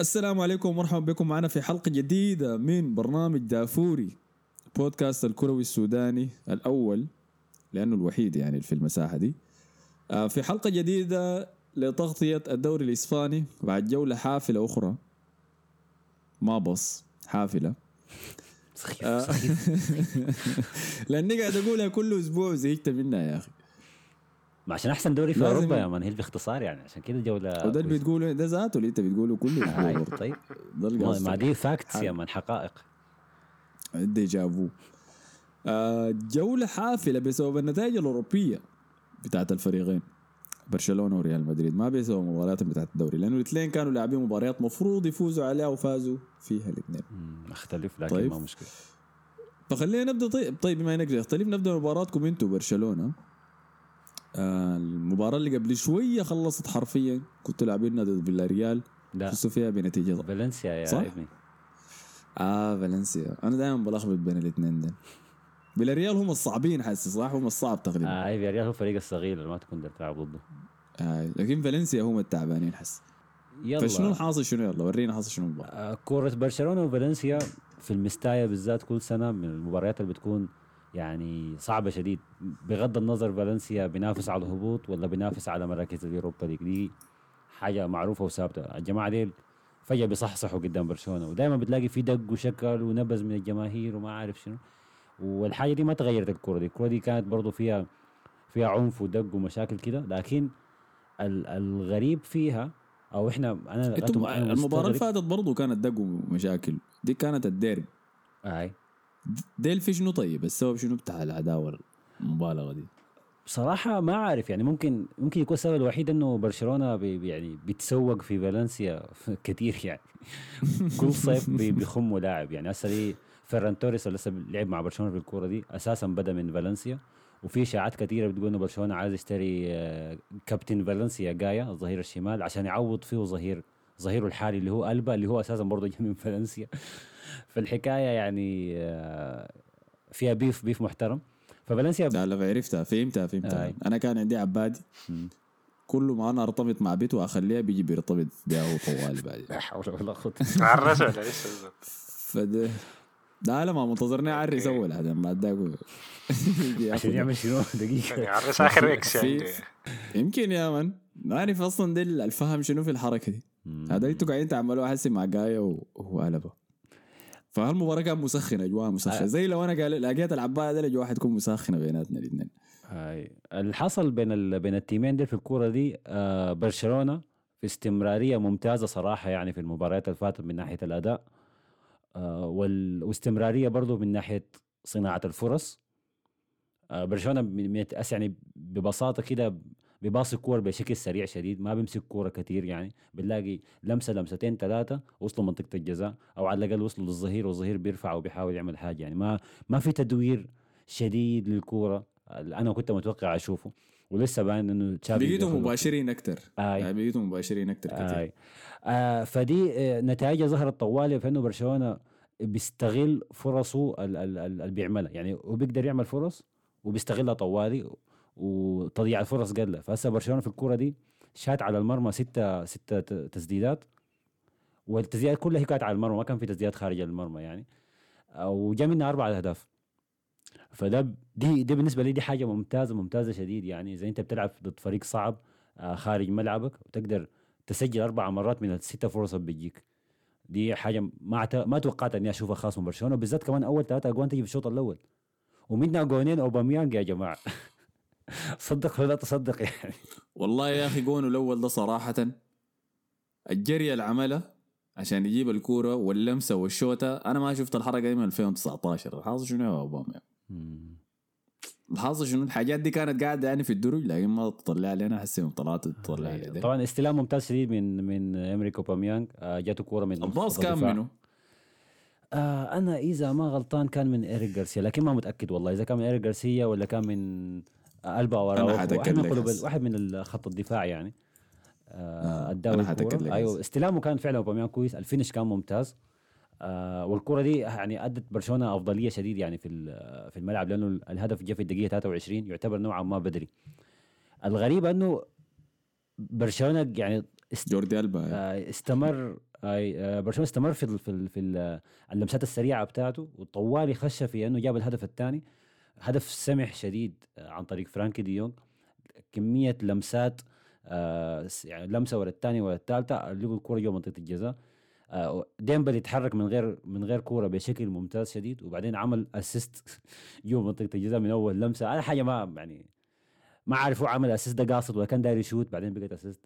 السلام عليكم ومرحبا بكم معنا في حلقة جديدة من برنامج دافوري، بودكاست الكروي السوداني الأول لأنه الوحيد يعني في المساحة دي. في حلقة جديدة لتغطية الدوري الإسباني بعد جولة حافلة أخرى، ما بص حافلة. سخيف. لأني قاعد أقولها كل أسبوع زهقت منها يا أخي. ما عشان احسن دوري في لازم اوروبا يا مان، هي باختصار يعني عشان كده جوله وده اللي كويسة. بتقوله ده ذاته اللي أنت بتقوله كل أسبوع برضه. طيب ده القصد. ما دي فاكتس يا مان، حقائق. دي جابوه. جولة حافلة بسبب النتائج الأوروبية بتاعت الفريقين برشلونة وريال مدريد، ما بيسووا مباريات بتاعت الدوري لأنه الاثنين كانوا لاعبين مباريات مفروض يفوزوا عليها وفازوا فيها الاثنين. اختلف لكن طيب. ما مشكلة. فخلينا نبدأ. طيب بما انك نختلف نبدأ مباراتكم انتوا برشلونة. المباراة اللي قبل شوية خلصت حرفيا، كنتوا لاعبين ضد فيلاريال، لا، فزتوا فيها بنتيجة فالنسيا يا صح؟ ابني. فالنسيا. أنا دائما بلخبط بين الاثنين ده. فيلاريال هم الصعبين حاسس، صح؟ هم الصعب تقريبا. اي فياريال هو الفريق الصغير اللي ما تكون تلعب ضده. لكن فالنسيا هم التعبانين حس. فشنو يلا. الحاصل شنو؟ يلا ورينا حاصل شنو المباراة. كورة برشلونة وفالنسيا في المستايا بالذات كل سنة من المباريات اللي بتكون يعني صعبة شديد، بغض النظر فالنسيا بينافس على الهبوط ولا بينافس على مراكز اليوروبا ليج. دي حاجة معروفة وثابتة. الجماعة دي فجأة بيصحصحوا قدام برشلونة، ودائما بتلاقي في دق وشكل ونبز من الجماهير وما عارف شنو. والحاجة دي ما تغيرت. الكرة دي كانت برضو فيها عنف ودق ومشاكل كده، لكن الغريب فيها او انتم انا المباراة اللي مستغرب. فاتت برضو كانت دق ومشاكل، دي كانت الديربي. اي ديل في شنو؟ طيب السبب شنو بتاع العداوة المبالغة دي؟ بصراحة ما عارف يعني، ممكن يكون السبب الوحيد انه برشلونة يعني بيتسوق في فالنسيا كتير يعني. كل صيف بيخموا لاعب يعني. هسه دي فيران توريس اللي لسه لعب مع برشلونة في الكورة دي اساسا بدا من فالنسيا، وفي اشاعات كثيره بتقول انه برشلونه عايز يشتري كابتن فالنسيا جايا الظهير الشمال عشان يعوض فيه ظهيره الحالي اللي هو ألبا، اللي هو اساسا برضه جاي من فالنسيا. فالحكايه يعني فيها بيف محترم. ففالنسيا لا عرفتها فهمتها. انا كان عندي عبادي كل ما انا ارتبط مع بيته واخليها بيجي بيرتبط بيها هو طوالي بعد. لا حول ولا قوه. عرس ولا لسه؟ فده ده ما منتظرني اعرس اول عشان بعد ده عشان يعمل شنو يعني دقيقه. عرس اخر اكس عنده. يمكن يا من ما اعرف اصلا ده الفهم شنو في الحركه دي. هذا انتوا قاعدين تعملوا حسي مع جاية وهو قلبه. فهالمباراة كان مسخنة، اجواء مسخنة زي لو انا قال لقيت العباية ده الاجواء حتكون مسخنة بيناتنا الاثنين. هاي اللي حصل بين التيمين دي في الكوره دي. برشلونه في استمراريه ممتازه صراحه يعني في المباريات اللي فاتت من ناحيه الاداء، واستمراريه برضو من ناحيه صناعه الفرص. برشلونه يعني ببساطه كده بيباصي الكور بشكل سريع شديد، ما بيمسك كوره كتير يعني. بنلاقي لمستين ثلاثه وصلوا منطقه الجزاء، او على الاقل وصلوا للظهير والظهير بيرفع وبيحاول يعمل حاجه يعني. ما في تدوير شديد للكوره اللي انا كنت متوقع اشوفه. ولسه باين انه تشافي بقيتوا مباشرين اكتر. يعني بقيتوا مباشرين اكتر كتير. فدي نتائج ظهرت طوالي في انه برشلونه بيستغل فرصه اللي بيعملها يعني. وبيقدر يعمل فرص وبيستغلها طوالي، وتضييع الفرص قله. فهسه برشلونه في الكوره دي شات على المرمى ستة تسديدات، والتسديدات كلها هي كانت على المرمى، ما كان في تسديدات خارج المرمى يعني. وجا منها 4 أهداف. دي بالنسبه لي دي حاجه ممتازه شديد يعني. اذا انت بتلعب ضد فريق صعب خارج ملعبك وتقدر تسجل 4 مرات من ال6 فرص اللي بيجيك، دي حاجه ما توقعت اني اشوفها خاص من برشلونه، بالذات كمان اول 3 اجوان تجي في الشوط الاول، ومنها جونين اوباميانج يا جماعه. صدق ولا تصدق يعني. والله يا اخي جونه الاول ده صراحة الجري اللي عمله عشان يجيب الكورة واللمسة والشوطة، انا ما شفت الحركة دي من 2019. الحاصل شنو يا اوباما؟ الحاصل شنو؟ الحاجات دي كانت قاعدة يعني في الدرج لكن ما تطلع لنا حسي من طلعت تطلع لي. طبعا استلام ممتاز شديد من امريك اوباميانج. جاته كوره من الباص كان منه. انا اذا ما غلطان كان من ايريك غارسيا، لكن ما متاكد والله اذا كان من ايريك غارسيا ولا كان من ألبا وراوخو، واحد من خط الدفاع يعني. انا حتاكد. ايوه استلامه كان فعلا اوباميانج كويس، الفينش كان ممتاز. والكرة دي يعني ادت برشلونة افضلية شديد يعني في الملعب، لانه الهدف جاء في الدقيقة 23 يعتبر نوعا ما بدري. الغريب انه برشلونة يعني جوردي ألبا استمر برشلونه استمر اللمسات السريعه بتاعته، وطوالي خش في انه جاب الهدف الثاني، هدف سمح شديد عن طريق فرانكي دي يونغ. كميه لمسات، يعني لمسه ورا الثانيه ورا الثالثه، لقوا الكره جوا منطقه الجزاء. ديمبلي يتحرك من غير كوره بشكل ممتاز شديد، وبعدين عمل اسيست جوا منطقه الجزاء من اول لمسه. انا حاجه ما يعني ما عارف هو عمل اسيست ده قاصد ولا كان داير يشوت بعدين بقت اسيست.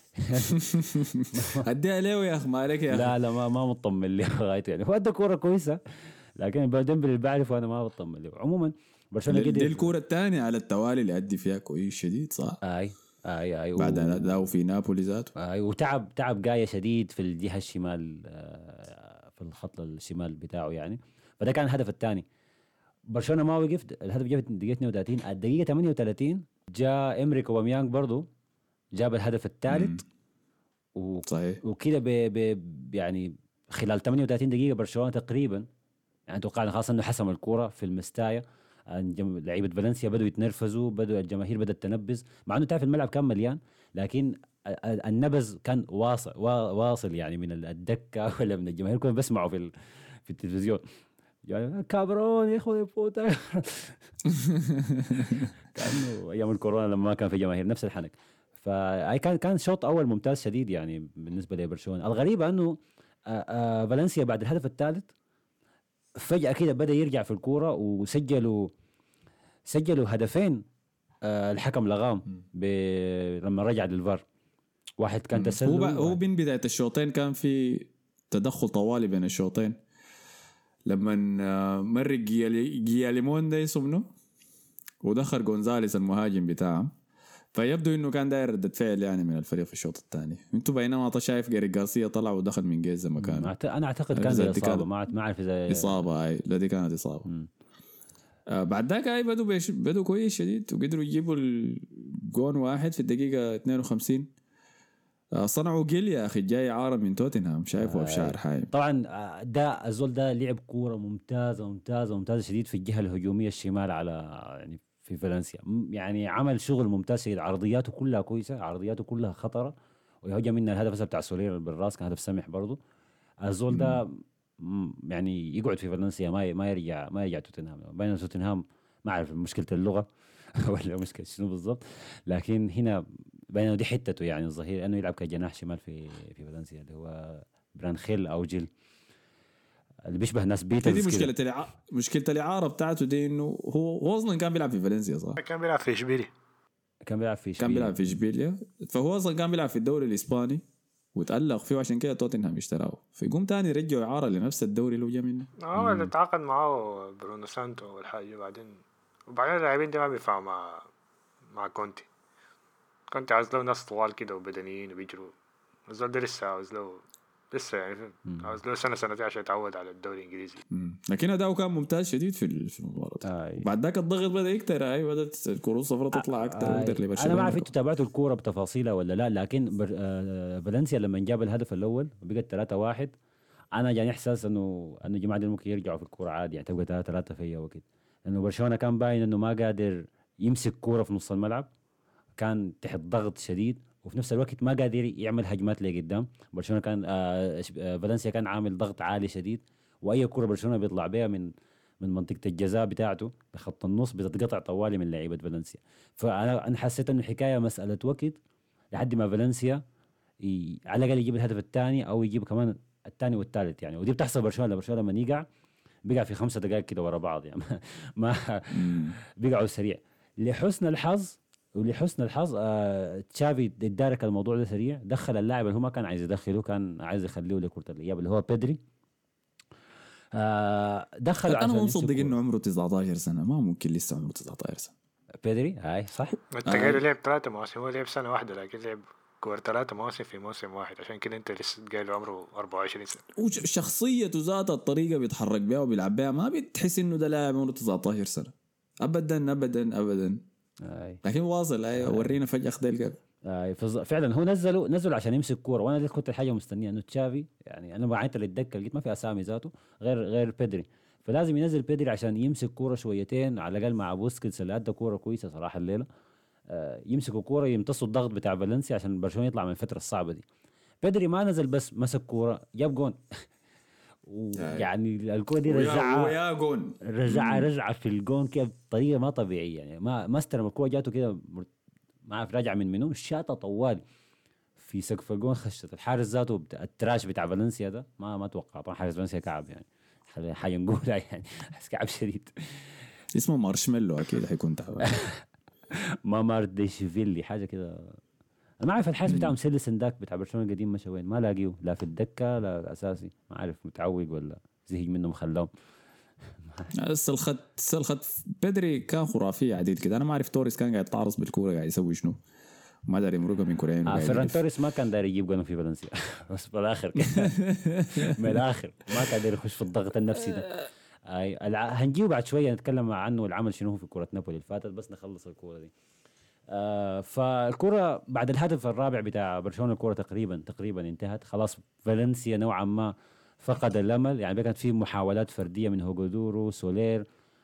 اديها له يا اخي، ما عليك يا اخي. لا ما مطمن لي غايته، يعني هو ادى كوره كويسه، لكن ديمبلي اللي بعرفه انا ما بطمن له. عموما برشلونه قدر. دي الكوره الثانيه على التوالي اللي ادي فيها كويس شديد، صح؟ اي بعد اداؤه في نابولي ذاته. وتعب جايه شديد في الجهه الشمال، في الخط الشمال بتاعه يعني. فده كان الهدف الثاني. برشلونه ما وقف، الهدف جاء في الدقيقه 32. الدقيقه 38 جاء امريك وباميانج برضو جاب الهدف الثالث. صحيح. وكده يعني خلال 38 دقيقه برشلونه تقريبا، يعني توقعنا خلاص انه حسم الكوره في المستايا. لعيبه فالنسيا بدوا يتنرفزوا، الجماهير بدات تنبز، مع انه تعرف الملعب كان مليان، لكن النبز كان واصل يعني من الدكه ولا من الجماهير، كانوا بيسمعوا في التلفزيون يعني كابرون يا اخوي فوتا. كانه ايام الكورونا لما ما كان في جماهير، نفس الحنك. فاي كان شوط اول ممتاز شديد يعني بالنسبه لبرشلونه. الغريبه انه فالنسيا بعد الهدف الثالث فجأة كده بدأ يرجع في الكورة، وسجلوا هدفين. الحكم لغام لما رجع للفار. واحد كان تسلل. هو بين بداية الشوطين كان في تدخل طوالي بين الشوطين، لما مر جياليمون ده يسمنه ودخل غونزاليس المهاجم بتاعهم، فيبدو انه كان داير ردة فعل يعني من الفريق في الشوط الثاني. انتوا بينما شايف جاري غارسيا طلع ودخل من جيزة مكانه. انا اعتقد كان زي اصابه، ما اعرف اذا اصابه. اي لا، دي كانت اصابه. بعد ذاك بدوا كويس شديد، وقدروا يجيبوا الجون واحد في الدقيقه 52. صنعوا جيل يا اخي، جاي عارة من توتنهام، شايفه في شعر حايم. طبعا ده الزول ده لعب كوره ممتازه شديد في الجهه الهجوميه الشمال، على يعني في فالنسيا. يعني عمل شغل ممتاز شديد، عرضياته كلها كويسه، عرضياته كلها خطره، ويهجم منها الهدف بتاع سولير بالراس كان هدف سمح برضو. الزول ده يعني يقعد في فالنسيا، ما يرجع توتنهام. بين توتنهام ما اعرف مشكله اللغه ولا مشكله شنو بالضبط، لكن هنا بينه دي حتته يعني الظهير، انه يلعب كجناح شمال في فالنسيا، اللي هو برانخيل او جيل اللي بيشبه ناس بيتلز. دي مشكله الاعاره بتاعته دي، انه هو اصلا كان بيلعب في فالنسيا، صح؟ كان بيلعب في اشبيليا. كان بيلعب في اشبيليا، فهو اصلا كان بيلعب في الدوري الاسباني وتألق فيه، عشان كده توتنهام اشتراه، فيقوم تاني رجعوا إعارة لنفس الدوري اللي هو جا منه. اللي تعاقد معاه برونو سانتو والحاجة. وبعدين اللاعبين دي ما بينفعوا مع كونتي عاوز له ناس طوال كده وبدنيين وبيجروا. الزول ده لسه عاوز له سنتين عشان يتعود على الدوري الانجليزي. لكن اداؤه كان ممتاز شديد في المباراة. بعد ذاك الضغط بدا يكتر، بدات الكرة الصفراء تطلع اكثر. انا ما اعرف انتوا تابعتوا الكوره بتفاصيلها ولا لا، لكن فالنسيا لما جاب الهدف الاول وبقت 3-1، انا جاني احساس انه جماعه ممكن يرجعوا في الكوره عادي، يعني تبقى 3-3 في اي وقت، لانه برشلونه كان باين انه ما قادر يمسك كوره في نص الملعب، كان تحت ضغط شديد، وفي نفس الوقت ما قادر يعمل هجمات لقدام. برشلونه كان فالنسيا كان عامل ضغط عالي شديد، واي كره برشلونه بيطلع بها من منطقه الجزاء بتاعته بخط النص بتتقطع طوالي من لعيبه فالنسيا. فانا حسيت انه الحكايه مساله وقت لحد ما فالنسيا على الاقل يجيب الهدف الثاني او يجيب كمان الثاني والثالث يعني. ودي بتحصل برشلونه لما بيقع في 5 دقائق كده ورا بعض يعني ما بيقعوا سريع. لحسن الحظ تشافي ادارك الموضوع ده سريع، دخل اللاعب اللي هو ما كان عايز يدخله، كان عايز يخليه لكرة الإياب اللي هو بيدري. دخل. انا مو مصدق انه عمره 19 سنه، ما ممكن لسه عمره 19 سنه بيدري. هاي صح. انت قايل لعب 3 مواسم، هو لعب سنه واحده، لكن لعب كور 3 مواسم في موسم واحد، عشان كده انت لسه قايل عمره 24 سنه. وشخصيته ذات الطريقه بيتحرك بها وبيلعب بها، ما بتحس انه ده لاعب عمره 19 سنه ابدا ابدا ابدا. لكن واصل. ورينا فجاه خديل فعلا هو نزلوا عشان يمسك كوره، وانا دي كنت الحاجه مستنيه انه تشافي يعني. انا بعيت للدكه لقيت ما في اسامي ذاته غير بيدري، فلازم ينزل بيدري عشان يمسك كوره شويتين على الاقل مع بوسكيتس اللي ادى كوره كويسه صراحه الليله. يمسكوا كوره يمتصوا الضغط بتاع فالنسيا عشان برشلونه يطلع من الفتره الصعبه دي. بدري ما نزل بس مسك كوره جاب جون ويعني الكوره دي ويا جون رجع في الجون كده بطريقه ما طبيعيه يعني ما استلم الكوره جاته كده ما اعرف راجع من منو الشاطه طوال في سقف الجون خشت الحارس ذاته التراش بتاع فالنسيا ده ما اتوقع طبعا حارس فالنسيا كعب يعني حاجه نقولها يعني بس كعب شديد اسمه مارشميلو اكيد حيكون تعبان ما مارديشفيلي حاجه كده. انا ما اعرف الحارس بتاعهم سيلسن داك بتاع برشلونه القديم مشى وين ما لاقيه لا في الدكه لا الاساسي ما عارف متعوق ولا زهق منهم خلاهم. الخط بدري كان خرافي عديد كده. انا ما اعرف توريس كان قاعد يتعرض بالكوره قاعد يسوي شنو ما داري يمرقها من كوريين. فيران توريس ما كان داري يجيب جون في فالنسيا بس بالاخر من الاخر ما كان داري يخش في الضغط النفسي ده. هنجيو بعد شويه نتكلم عنه والعمل شنو في كره نابولي اللي فاتت بس نخلص الكوره دي. فالكرة بعد الهدف الرابع بتاع برشلونة الكرة تقريبا انتهت خلاص. فالنسيا نوعا ما فقد الأمل يعني كانت في محاولات فردية من هوغودورو سولير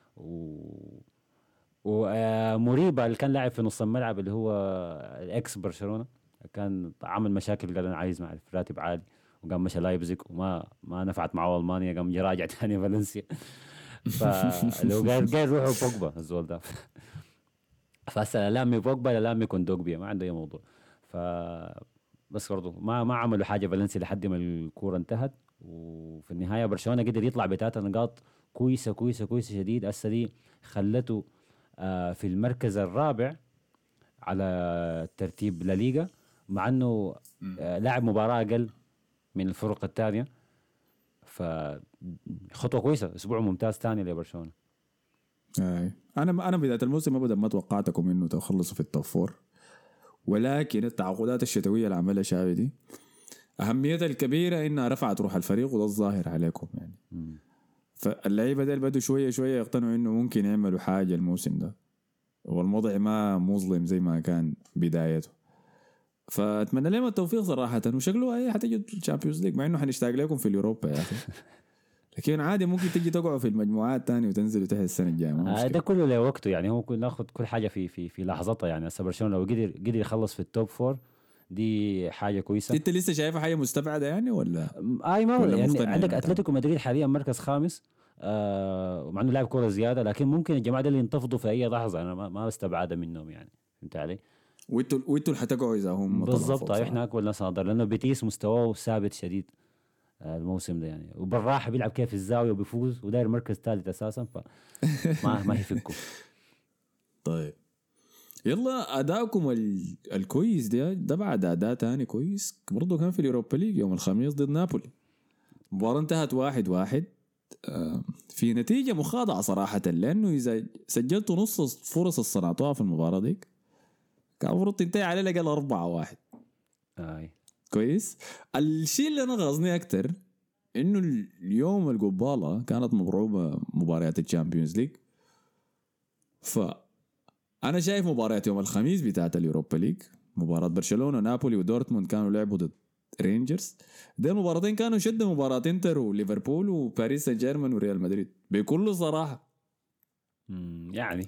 وموريبا اللي كان لاعب في نص الملعب اللي هو الاكس برشلونة كان عمل مشاكل قال انا عايز ما اعرف راتب عالي وقام مشى لايبزيج وما نفعت معه المانيا قام راجع ثاني فالنسيا. فلو قال روحوا بوجبا الزول ده فهسه لامي بوجبا لامي كوندوجبيا ما عنده اي موضوع. بس برضه ما عملوا حاجه فالنسيا لحد ما الكوره انتهت وفي النهايه برشلونه قدر يطلع ب3 نقاط كويسه شديد. هسه دي خلته في المركز الرابع على ترتيب لا ليغا مع انه لاعب مباراه اقل من الفرق الثانيه. فخطوه كويسه اسبوع ممتاز ثاني لبرشلونه. انا بدايه الموسم ابدا ما توقعتكم انه تخلصوا في التوب فور ولكن التعاقدات الشتويه اللي عملها شافي دي اهميتها الكبيره انها رفعت روح الفريق وده الظاهر عليكم يعني. فاللعيبه دي بدوا شويه يقتنعوا انه ممكن يعملوا حاجه الموسم ده والوضع ما مظلم زي ما كان بدايته. فاتمنى لهم التوفيق صراحه وشكله هي حتجي الشامبيونز ليج مع انه حنشتاق لكم في اليوروبا يا اخي لكن عادي ممكن تيجي تقعوا في المجموعات تاني وتنزلوا تحت السنه الجايه. ده كله له وقته يعني هو ممكن ناخذ كل حاجه في لحظتها يعني. هسه برشلونه لو قدر يخلص في التوب فور دي حاجه كويسه. انت لسه شايفها حاجه مستبعده يعني ولا ما يعني عندك اتلتيكو مدريد حاليا مركز خامس مع انه لاعب كوره زياده لكن ممكن الجماعه اللي ينتفضوا في اي لحظه انا ما استبعد منهم يعني فهمت علي. وانتوا اللي حتقعوا اذا هم بالضبط احنا اكبر ناس نقدر لانه بيتيس مستواه ثابت شديد الموسم ده يعني وبالراحه بيلعب كيف في الزاويه وبيفوز وداير مركز ثالث اساسا ما يفكوا. طيب يلا اداؤكم الكويس ده بعد اداء تاني كويس برضه كان في اليوروبا ليج يوم الخميس ضد نابولي. المباراه انتهت 1-1 في نتيجه مخاضعه صراحه لانه اذا سجلتوا نص فرص الصنعتوها في المباراه ديك كان المفروض تنتهي على الاقل 4-1. كويس. الشيء اللي انا غاظني اكتر انه اليوم القباله كانت مبروبه مباريات الشامبيونز ليج. فانا شايف مباريات يوم الخميس بتاعت اليوروبا ليج مباراه برشلونه ونابولي ودورتموند كانوا لعبوا ضد رينجرز. دي المباراتين كانوا شد مباراه انتر وليفربول وباريس سان جيرمان وريال مدريد بكل صراحه يعني.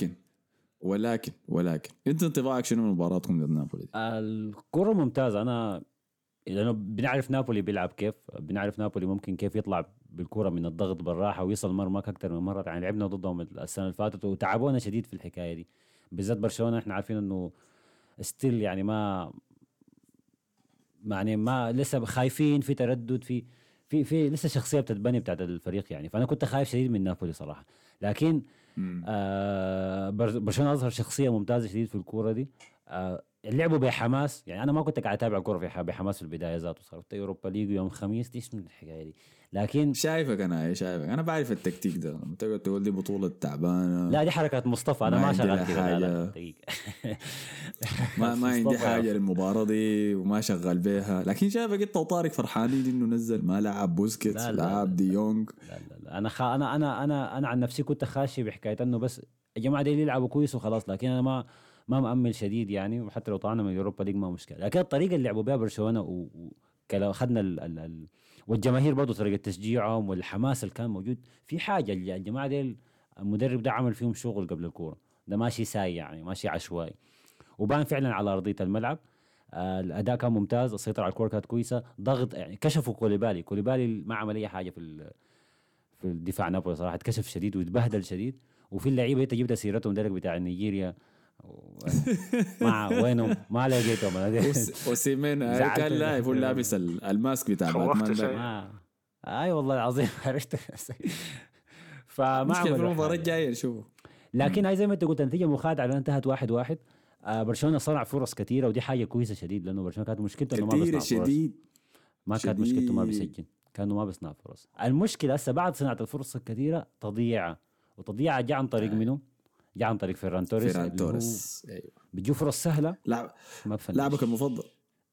ولكن انت انطباعك شنو من مباراتكم ضد نابولي؟ الكرة ممتازة. انا لانه بنعرف نابولي بيلعب كيف بنعرف نابولي ممكن كيف يطلع بالكرة من الضغط بالراحة ويصل مرماك اكثر من مرة يعني لعبنا ضدهم السنة اللي فاتت وتعبونا شديد في الحكاية دي بالذات برشلونة. احنا عارفين انه ستيل يعني ما لسه خايفين في تردد في لسه شخصية بتتبني بتاعت الفريق يعني. فانا كنت خايف شديد من نابولي صراحة لكن برشلونة أظهر شخصية ممتازة شديد في الكورة دي. لعبوا بحماس يعني. أنا ما كنت قاعد أتابع الكورة بحماس في البداية ذاته صارت أوروبا ليج يوم الخميس ديش من الحكاية دي لكن شايفك أنا بعرف التكتيك ده لما تقول دي بطولة تعبانة. لا دي حركة مصطفى أنا ما شغال كده لا دقيقة ما عندي حاجة للمباراة دي وما شغال بيها لكن شايفك أنت وطارق فرحانين إنه نزل ما لعب بوسكيتس لعب دي يونغ. لا أنا عن نفسي كنت خاشي بحكاية إنه بس الجماعة دي اللي يلعبوا كويس وخلاص لكن أنا ما مأمل شديد يعني. وحتى لو طلعنا من اليوروبا ليج ما مشكلة لكن الطريقة اللي لعبوا بها برشلونة وخدنا والجماهير برضو طريقة تشجيعهم والحماس اللي كان موجود في حاجة الجماعة دي المدرب ده عمل فيهم شغل قبل الكورة ده ماشي ساي يعني ماشي عشوائي وبان فعلا على أرضية الملعب. الاداء كان ممتاز، السيطره على الكوره كانت كويسه، ضغط يعني. كشفوا كوليبالي ما عمل اي حاجه في الدفاع نابولي صراحه، اتكشف شديد واتبهدل شديد. وفي اللعيبه انت جبت سيرتهم ديلك بتاع نيجيريا مع وينهم ما لقيتهم انا. وسيمين كان لاعب هو لابس الماسك بتاع خوفت باتمان شيء. ده. اي والله العظيم عرفت. فما مشكلة في عملوا المباراة حاجة. الجاية نشوفه. لكن هاي زي ما انت قلت النتيجه مخادعه لانها انتهت 1-1. برشلونه صنع فرص كثيره ودي حاجه كويسه شديد، لانه برشلونه كانت مشكلته انه ما كثير بيصنع فرص. شديد. ما كانت مشكلته ما بيسجل، كانه ما بيصنع فرص. المشكله هسه بعد صناعه الفرص الكثيره وتضييعها جاء عن طريق منه؟ جاء عن طريق فيران توريس. ايوه بيجوا فرص سهله. ما بفنش. لاعبك المفضل.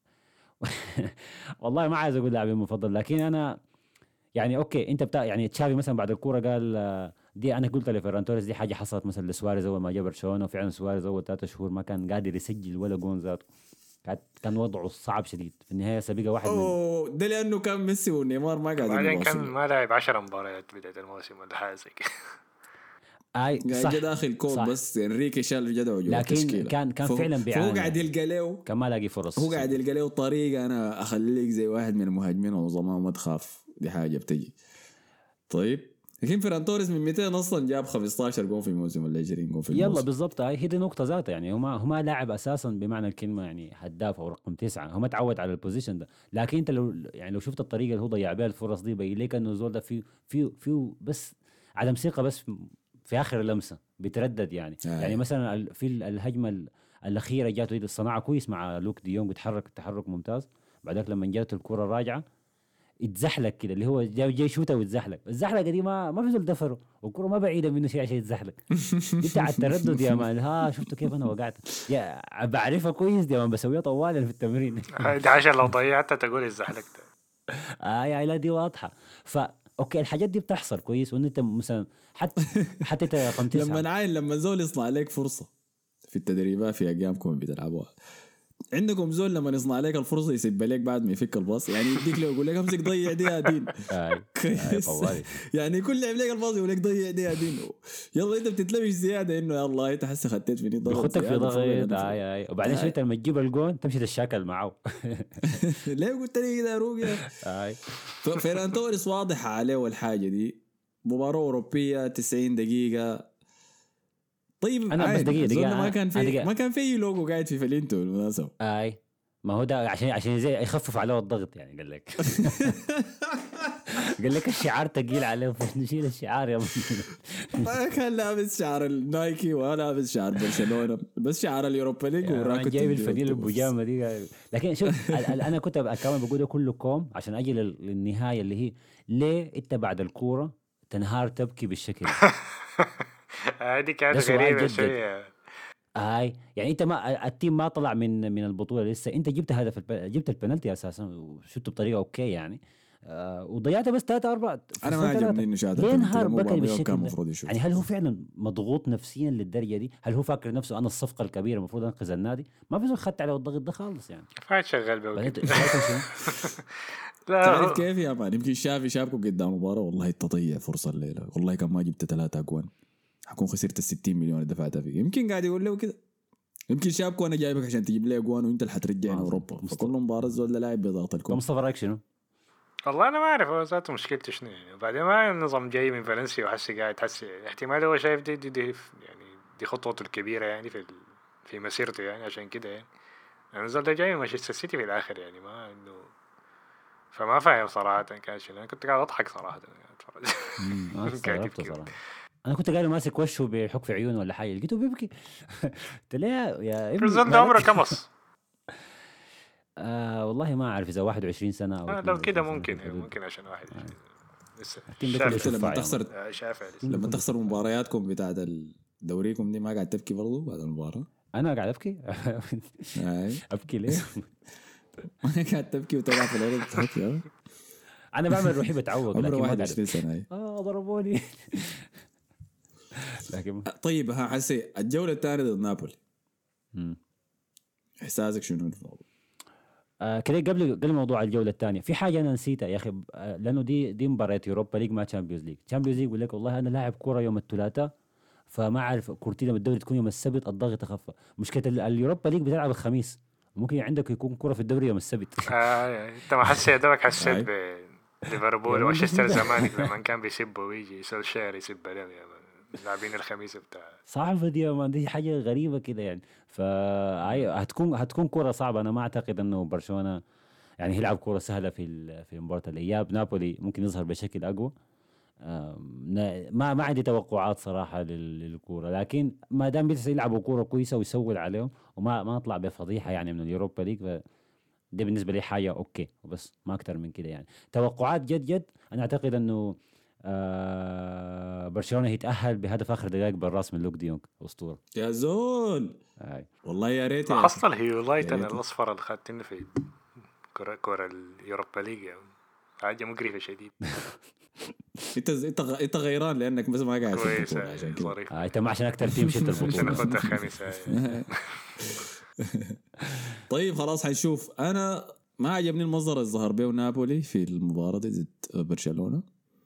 والله ما عايز اقول لاعبي المفضل، لكن انا يعني اوكي انت يعني تشافي مثلا بعد الكوره قال دي انا قلت لفيران توريس دي حاجه حصلت مثلا لسواريز اول ما جاء برشلونه، وفعلا سواريز اول 3 شهور ما كان قادر يسجل ولا جون ذاته، كان وضعه صعب شديد في النهايه. سبيقه واحد اوه ده لانه كان ميسي ونيمار ما قاعدين بعدين كان يواصلوا. ما لعب 10 مباريات بداية الموسم ولا حاجة زي كده. اي صح جا داخل كول بس انريكي شال جدعه جوا لكن التشكيله. كان فعلا بيعاني. فهو قاعد يلقى له، كان ما لاقي فرص. هو قاعد يلقى له طريقه انا اخليك زي واحد من المهاجمين العظماء وما تخاف، دي حاجه بتجي. طيب لكن فيران توريس من 200 اصلا جاب 15 جول في الموسم ولا 20 جول في الموسم. يلا بالضبط هي دي نقطه ذاتها يعني. هو ما لاعب اساسا بمعنى الكلمه يعني هداف او رقم 9، هو ما تعود على البوزيشن ده. لكن انت لو شفت الطريقه اللي هو ضيع بها الفرص دي بين لك انه الزول ده فيه بس عدم ثقه بس في اخر اللمسه بيتردد يعني. يعني مثلا في الهجمه الاخيره جاته الصناعه كويس مع لوك دي يونغ، بيتحرك تحرك ممتاز. بعدك لما جات الكره راجعه يتزحلق كده، اللي هو جاي شوته ويتزحلق. الزحلقه دي ما في زول دفره، والكره ما بعيده منه شيء عشان يتزحلق. دي بتاع التردد يا مان. ها شفتوا كيف انا وقعت؟ يا بعرفها كويس دي، ما بسويها طوال في التمرين. دي 10 لو ضيعتها تقول الزحلقت. يا لا دي واضحه. اوكي الحاجات دي بتحصل كويس، وان انت مثلا حتى انت رقم 9 لما زول يصنع لك فرصه في التدريبات في ايامكم بتلعبوها، عندكم زول لما يصنع لك الفرصه يسب عليك بعد ما يفك الباص، يعني يديك له يقول لك امسك ضيع دي يا دين. يعني كل لعب لك الباص يقول لك ضيع دي يا دين. يلا انت بتتلبش زياده انه يلا انت حس خدت فيني ضغط، بخدك في ضغط. وبعدين شويه لما تجيب الجون تمشي تتشاكل معه. ليه قلت لي كده روقيا؟ فيران توريس واضح عليه الحاجه دي. مباراه اوروبيه 90 دقيقه. طيب انا بس دقيقه ما كان في لوجو قاعد في فلينتو بالمناسبه. ما هو ده عشان زي يخفف عليه الضغط يعني. قال لك قال لك الشعار تقيل عليه فنشيل الشعار يا ما كان لابس شعار النايكي ولا لابس شعار برشلونه، بس شعار اليوروبا ليج وراكد جايب الفنيله البيجامه دي. لكن شوف انا كنت كمان بقول كله كوم عشان اجي للنهايه اللي هي ليه انت بعد الكوره تنهار تبكي بالشكل هذه كانت غريبه شويه. يعني انت ما التيم ما طلع من البطوله لسه، انت جبت هدف جبت البنالتي اساسا وشوته بطريقه اوكي يعني. وضيعته بس 3-4. انا ما عجبني انه شاهد بكري بالشكل يعني. هل هو فعلا مضغوط نفسيا للدرجه دي؟ هل هو فاكر نفسه انا الصفقه الكبيره المفروض انقذ النادي؟ ما في خدت عليه الضغط ده خالص يعني. فايت شغال بقى. تعرف كيف يا مان؟ يمكن شافكوا قدام مباراه والله تضيع فرصه الليله، والله كان ما جبت 3 أجوان حكون خسرت 60 مليون اللي دفعتها فيه. يمكن قاعد يقول له كده، يمكن شابكو انا جايبك عشان تجيب لي اجوان وانت اللي حترجعني اوروبا. فكل مباراه الزول ده لاعب بضغط الكون. مصطفى رايك شنو؟ والله انا ما اعرف هو ذاته مشكلته شنو يعني. وبعدين ما النظام جاي من فالنسيا وحسي قاعد احتمال هو شايف دي يعني دي خطوته الكبيره يعني في مسيرته يعني. عشان كده يعني النظام ده جاي من مانشستر سيتي في الاخر يعني. ما انه فما فاهم صراحه كان شنو. انا كنت قاعد اضحك صراحه استغربت صراحه. انا كنت قاعد ماسك وشه بحك في عيونه ولا حاجه، لقيته بيبكي. قلت له يا ابني الزول ده عمره كمص. والله ما اعرف اذا 21 سنه او لو كده ممكن عشان 21 لسه لما تخسر مبارياتكم بتاعت دوريكم دي ما قاعد تبكي برضو بعد المباراه؟ انا قاعد ابكي. ابكي ليه؟ ما قاعد تبكي وتقع في الارض تحكي. انا بعمل روحي بتعوق لكن 21 سنه ضربوني. لكن طيب حسي الجوله الثانيه ضد نابولي احساسك شنو؟ كده قبل موضوع الجوله الثانيه في حاجه انا نسيتها يا اخي. لانه دي مباراه يوروبا ليج ما تشامبيونز ليج يقول لك والله انا لاعب كوره يوم الثلاثاء فما اعرف كورتي لما الدوري تكون يوم السبت الضغط اخف. مشكله اليوروبا ليج بتلعب الخميس ممكن عندك يكون كرة في الدوري يوم السبت. انت ما حسيت دوك حسيت بليفربول يا مان ومانشستر بس زمانك لما كان بيسبوا ويجي سولشير يسب عليهم يا مان. لاعبين الخميس بتاع صعبة دي يا مان، دي حاجة غريبة كده يعني. هتكون كرة صعبة. أنا ما أعتقد إنه برشلونة يعني هيلعب كرة سهلة في مباراة الإياب. نابولي ممكن يظهر بشكل أقوى. ما عندي توقعات صراحة للكورة، لكن ما دام بيتس يلعبوا كورة كويسة ويسول عليهم وما نطلع بفضيحة يعني من اليوروبا ليج، ده بالنسبة لي حاجة أوكي وبس، ما أكتر من كده يعني. توقعات جد جد أنا أعتقد إنه برشلونة يتأهل بهدف آخر دقائق بالراس من لوك ديونج أسطورة. يا زول هاي والله يا ريت يا اخي، لاحظت الهيولايت يا انا ريت. الاصفر اللي خدتني في كرة اليوروبا ليج يعني. حاجة مقرفة شديد. انت غيران لانك بس ما قاعد في البطوله كويسة عشان كده. ظريف أنت ما عشان أكتر تيم شت عشان البطولة. اخدها خامسة. طيب خلاص حنشوف. انا ما عجبني المنظر اللي ظهر به نابولي في المباراه دي ضد برشلونه،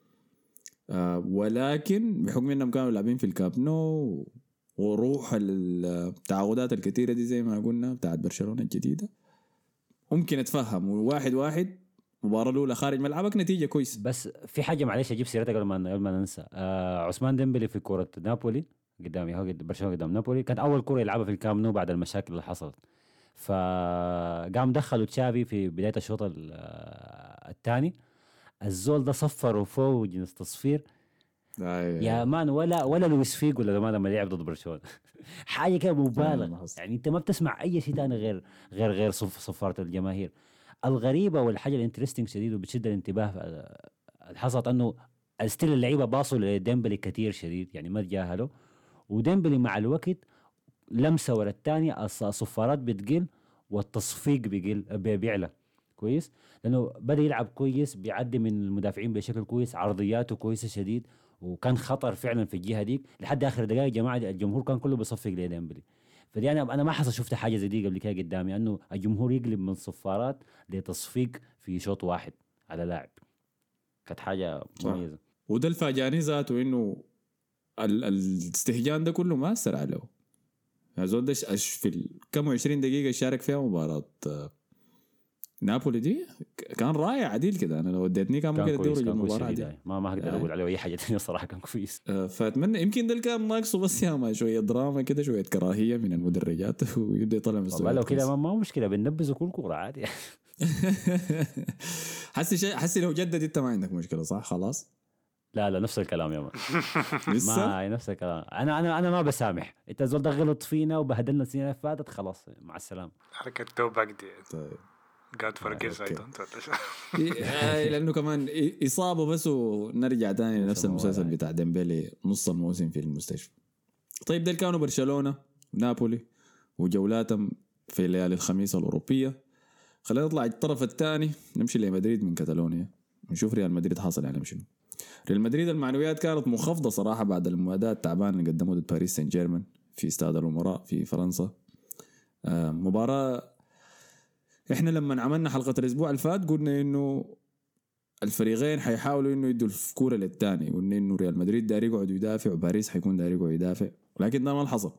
ولكن بحكم انهم كانوا لاعبين في الكاب نو وروح التعاقدات الكثيره دي زي ما قلنا بتاعت برشلونه الجديده، ممكن اتفهم. وواحد واحد المباراه الاولى خارج ملعبك نتيجه كويس. بس في حاجة معلش أجيب سيرتها قبل ما ننسى. عثمان ديمبلي في كرة نابولي قدامي، هو برشلونة قدام نابولي، كانت أول كرة يلعبها في الكام نو بعد المشاكل اللي حصلت. فقام دخلوا تشافي في بداية الشوط الثاني. الزول ده صفر فوق جنس تصفير يا مان، ولا لويس فيجو لما لعب ضد برشلونة. حاجة كده مبالغ يعني. انت ما بتسمع اي شيء ثاني غير صفارة الجماهير. الغريبة والحاجة الانترستنج شديد وبتشد الانتباه اللي حصلت انه الستيل اللعيبة باصوا لديمبلي كتير شديد يعني، ما تجاهلوا. وديمبلي مع الوقت لمسة ورا الثانية الصفارات بتقل والتصفيق بيعلى كويس، لانه بدا يلعب كويس، بيعدي من المدافعين بشكل كويس، عرضياته كويسه شديد، وكان خطر فعلا في الجهه دي لحد اخر دقائق. يا جماعه الجمهور كان كله بيصفق لديمبلي. فدي انا ما حصل شفت حاجه زي دي قبل كده قدامي، انه الجمهور يقلب من صفارات لتصفيق في شوط واحد على لاعب. كانت حاجه مميزه. وده الفاجاني ذاته انه الاستهجان ده كله ما اثر عليه. زول ده في كم 20 دقيقه شارك فيها مباراه نابولي دي كان رائع عديل كده. انا لو اديتني كان ممكن ادور المباراه دي. ما اقدر اقول عليه اي حاجه ثانيه صراحه، كان كويس. فاتمنى يمكن ده كان ناقصه بس يا ما شويه دراما كده، شويه كراهيه من المدرجات ويبدا يطلع والله مستويات لو كده ما مشكله، بننبذ كل كوره عادي. حسي لو جدد انت ما عندك مشكله صح خلاص. لا نفس الكلام يا مان. لسه ما نفس الكلام. انا ما بسامح. انت الزول ده غلط فينا وبهدلنا السنين اللي فاتت، خلاص مع السلامه. حركة توباك دي طيب God forgives I أوكي. don't. لانه كمان اصابه بس ونرجع تاني لنفس المسلسل بتاع ديمبلي نص الموسم في المستشفى. طيب ده كانوا برشلونه ونابولي وجولاتهم في ليالي الخميس الاوروبيه. خلينا نطلع الطرف الثاني نمشي لمدريد من كاتالونيا نشوف ريال مدريد حاصل على شنو. ريال مدريد المعنويات كانت منخفضه صراحه بعد المواجهه التعبانه اللي قدموها ضد باريس سان جيرمان في استاد الامراء في فرنسا. مباراه احنا لما عملنا حلقه الاسبوع اللي فات قلنا انه الفريقين حيحاولوا انه يدوا الكوره للثاني، وان انه ريال مدريد داير يقعد يدافع وباريس حيكون داير يقعد يدافع، ولكن ده ما حصل.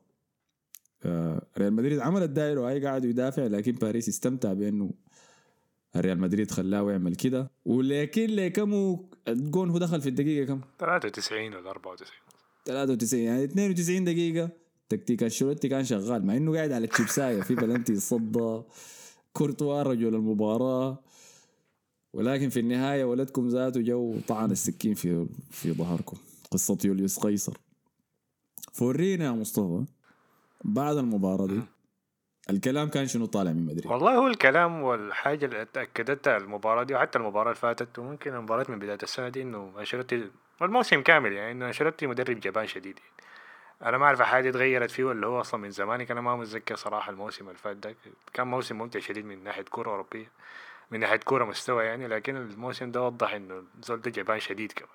ريال مدريد عمل الداير وهي قاعد يدافع، لكن باريس استمتع بانه ريال مدريد خلاه يعمل كده. ولكن لكم الجون هو دخل في الدقيقه كم 93 ولا 93 يعني 92 دقيقه. تكتيك انشيلوتي كان شغال مع انه قاعد على الشيبسايه في بلنتي صدى كورتوا رجل المباراه، ولكن في النهايه ولدكم ذاته جو طعن السكين في ظهركم. قصه يوليوس قيصر. فورينا يا مصطفى بعد المباراه دي الكلام كان شنو طالع من مدريد؟ والله هو الكلام والحاجة اللي اتأكدتها المباراة دي وحتى المباراة اللي فاتت وممكن المباراة من بداية السنة دي إنه أنشيلوتي والموسم كامل يعني إنه أنشيلوتي مدرب جبان شديد يعني. أنا ما أعرف حاجة اتغيرت فيه ولا هو أصلا من زمان. أنا ما متذكر صراحة الموسم اللي فات ده كان موسم ممتع شديد من ناحية كرة أوروبية، من ناحية كرة مستوى يعني، لكن الموسم ده وضح إنه زول ده جبان شديد كمان.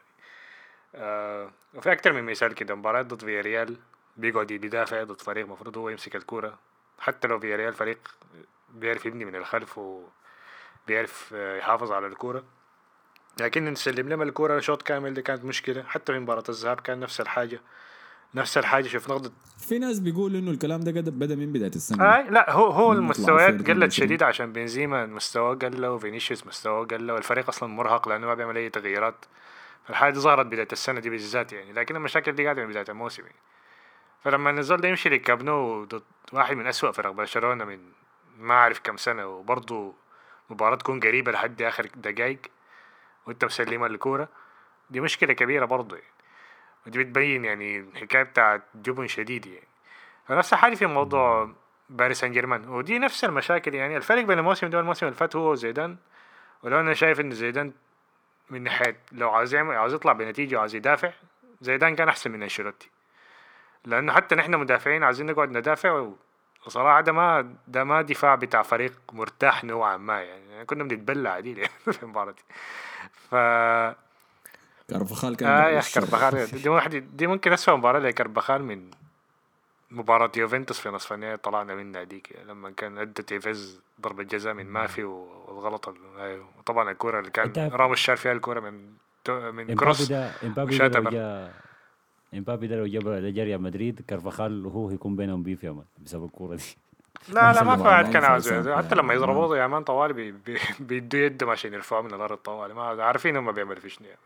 وفي أكتر من مثال كده مباراة ضد فياريال بيقعد بيدافع ضد فريق مفروض هو يمسك الكرة، حتى لو فياريال فريق بيعرف يبني من الخلف وبيعرف يحافظ على الكرة، لكن نسلم لهم الكرة شوط كامل دي كانت مشكلة. حتى في مباراة الذهاب كان نفس الحاجة. نفس الحاجه شوف نقطه. في ناس بيقولوا انه الكلام ده بدا من بدايه السنه لا هو من المستويات مطلع قلت 2022. شديد عشان بنزيما مستواه قل وفينيسيوس مستواه قل والفريق اصلا مرهق لانه ما بيعمل اي تغييرات. الحاجه دي ظهرت بدايه السنه دي بالذات يعني، لكن المشاكل دي قاعده من بدايه الموسم يعني. فلما النزول ده يمشي للكامب نو ضد واحد من أسوأ فرق برشلونه من ما اعرف كم سنه، وبرضه مباراة تكون قريبة لحد آخر دقايق وأنت مسلمها الكورة، دي مشكلة كبيرة برضه يعني. ودي بتبين يعني الحكاية بتاعت جبن شديد يعني. فنفس الحاجة في موضوع باريس سان جيرمان، ودي نفس المشاكل يعني. الفرق بين الموسم ده والموسم اللي فات هو زيدان. ولو أنا شايف إن زيدان من ناحية لو عاوز يطلع بنتيجة وعاوز يدافع، زيدان كان أحسن من أنشيلوتي. لأنه حتى نحن مدافعين عايزين نقعد ندافع، وصراحة ده ما دفاع بتاع فريق مرتاح نوعا ما يعني كنا بنتبلع عديل يعني في المباراة دي. ف كارفخال كان بعد يا الشر. كربخال دي ممكن أسوأ مباراة لكربخال من مباراة يوفنتوس في نصف النهائي طلعنا منها ديك لما كان أدى تيفيز ضربة جزاء من مافي والغلط وطبعا الكرة اللي كان انت راموس شال فيها الكرة من امبابي كروس ده وشاتها لو برا. جا امبابي ده لو جاب ريال مدريد كارفاخال وهو هيكون بينهم بيف يا مان بسبب الكوره دي. ما لا حصل ما له في حاجه. واحد ما كان ينفع عاوز يسامحوا حتى لما يعني يضربوه يا مان طوالي بيدوا يدهم عشان يرفعوا من الأرض طوالي، ما عارفين هم بيعملوا فيش يعني.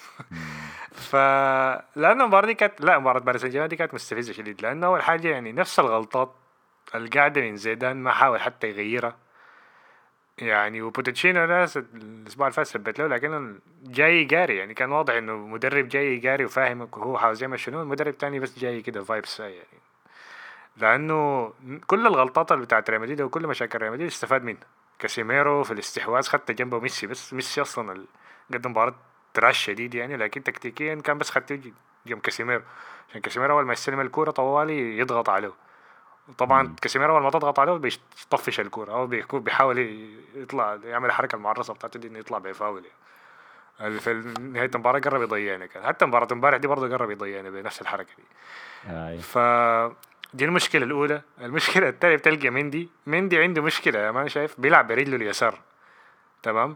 لأنه المباراة دي كانت مباراة باريس سان جيرمان دي كانت مستفزة شديد، لأنه أول حاجة يعني نفس الغلطات القاعدة من زيدان ما حاول حتى يغيرها يعني. وبوتشينو ناس الأسبوع اللي فات ثبت له، لكنه جاي جاري يعني. كان واضح إنه مدرب جاي جاري وفاهمك وهو عاوز يعمل شنو. المدرب تاني بس جاي كده فايبس يعني. لأنه كل الغلطات اللي بتاعت ريال مدريد وكل مشاكل ريال مدريد استفاد منها. كاسيميرو في الاستحواذ خدت جنبه ميسي، بس ميسي أصلا قدم مباراة تراش شديد يعني، لكن تكتيكيا كان بس خدت جنب كاسيميرو عشان كاسيميرو أول ما يستلم الكورة طوالي يضغط عليه. طبعا كاسيميرو أول ما تضغط عليه بيطفش الكورة أو بيحاول يطلع يعمل الحركة المعرصة بتاعته دي إنه يطلع بفاول يعني. في نهاية المباراة قرب يضيعني كان، حتى مباراة امبارح دي برضه قرب يضيعني بنفس الحركة دي. اي ف دي المشكلة الأولى. المشكلة الثانية بتلقى مندي عنده مشكلة يا مان، شايف بيلعب برجله اليسار تمام.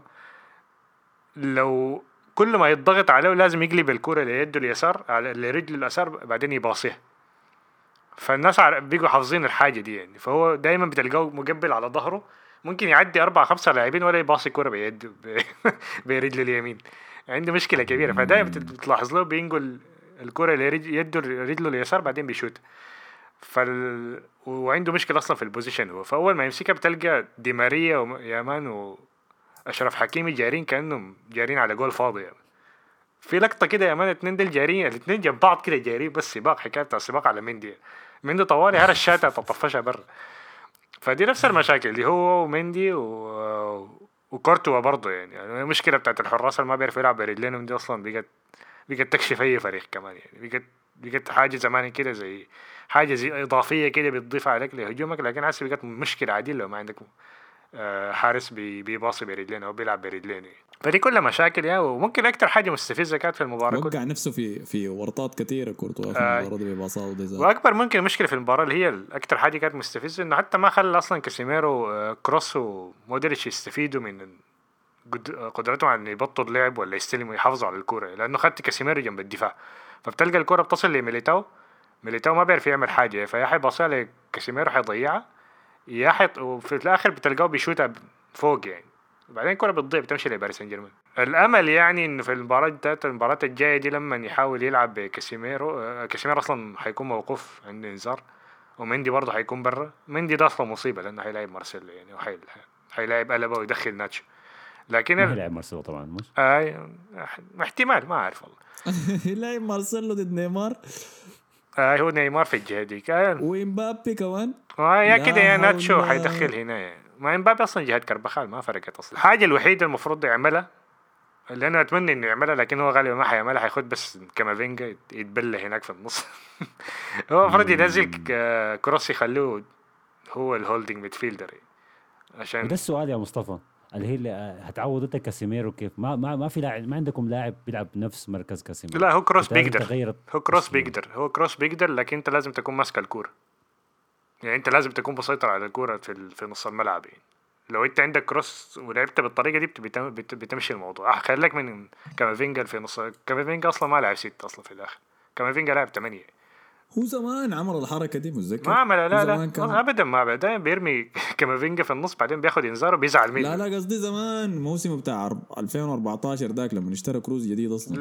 لو كل ما يضغط عليه لازم يقلب الكرة ليده اليسار على لرجله اليسار بعدين يباصيها. فالناس بيجوا حافظين الحاجة دي يعني. فهو دايما بتلقاه مقبل على ظهره، ممكن يعدي 4 5 لاعبين ولا يباصي كرة بيده برجله اليمين. عنده مشكلة كبيرة. فدايما بتلاحظ له بينقل الكرة يده رجله اليسار بعدين بيشوت. وعنده مشكلة أصلا في البوزيشن هو. فأول ما يمسكها بتلقى دي ماريا ويامان وأشرف حكيمي جارين كأنهم جارين على جول فاضي يعني. في لقطة كده يا مان اتنين دول جارين، الاتنين جنب بعض كده جارين بس سباق، حكاية بتاع السباق على مندي طوالي هرش الشاتة تطفشها برا. فدي نفس المشاكل دي هو ومندي وكورتوا برضه يعني المشكلة بتاعت الحراس اللي ما بيعرفوا يلعب برجلينهم دي أصلا بقت تكشف أي فريق كمان يعني. بقت حاجة زمان كده زي حاجة زي إضافية كده بتضيف عليك لهجومك، لكن هسه بقت مشكلة عادية لو ما عندك حارس بيباصي برجلين أو بيلعب برجلين يعني. فدي كلها مشاكل يعني. وممكن أكتر حاجة مستفزة كانت في المباراة وقع نفسه في ورطات كثيره كورتوا في المباراه دي بباصات ودي ذات. واكبر ممكن مشكله في المباراه اللي هي اكتر حاجه كانت مستفزه انه حتى ما خلى اصلا كاسيميرو كروس ومودريتش يستفيدوا من قدرتهم على انه يبطل لعب ولا يستلموا ويحافظوا على الكوره، لانه خدت كاسيميرو جنب الدفاع. فبتلقى الكوره بتصل لميليتاو ما بيعرف يعمل حاجه، فيا حيباصيها لكاسيميرو حيضيعها وفي الاخر بتلقاه بيشوتها فوق يعني. وبعدين الكرة بتضيع بتمشي لباريس سان جيرمان. الامل يعني انه في المباراة الجاية دي لما يحاول يلعب بكاسيميرو كاسيميرو اصلا حيكون موقوف عند انذار، ومندي برضه حيكون برا. مندي ده اصلا مصيبة لانه حيلاعب مارسيلو يعني، حيلاعب ألابا ويدخل ناتشو. لكن ما هيلعب مارسيلو طبعا مش احتمال ما اعرف والله. لاعب مارسيلو ضد نيمار هو نيمار في الجهة دي وإمبابي كمان. يا كده يا لا ناتشو حول. حيدخل هنا يعني. ما امبابي اصلا جهة كربخال ما فرقت اصلا. الحاجة الوحيدة المفروض يعملها اللي انا اتمنى انه يعملها، لكن هو غالبا ما حيعملها، حياخد بس كامافينجا يتبلى هناك في النص. هو المفروض ينزل كروس يخلوه هو الهولدنج ميدفيلدر عشان وده السؤال يا مصطفى، اللي هي اللي هتعود انت كاسيميرو كيف ما في لاعب، ما عندكم لاعب بيلعب نفس مركز كاسيميرو. لا هو كروس فأنت لازم بيقدر تغير هو كروس بيقدر لكن انت لازم تكون ماسك الكورة يعني. انت لازم تكون مسيطر على الكورة في نص الملعب يعني. لو انت عندك كروس ولعبت بالطريقة دي بتمشي الموضوع. خليك من كامافينجا في نص. كامافينجا اصلا ما لعب 6 اصلا في الاخر. كامافينجا لعب 8 هو زمان عمل الحركه دي متذكر ما عمل. لا زمان لا كان ابدا، ما بعدين بيرمي كامافينجا في النص، بعدين بياخد انذار وبيزعل منه. لا قصدي زمان موسم بتاع 2014 ذاك لما اشترى كروز جديد اصلا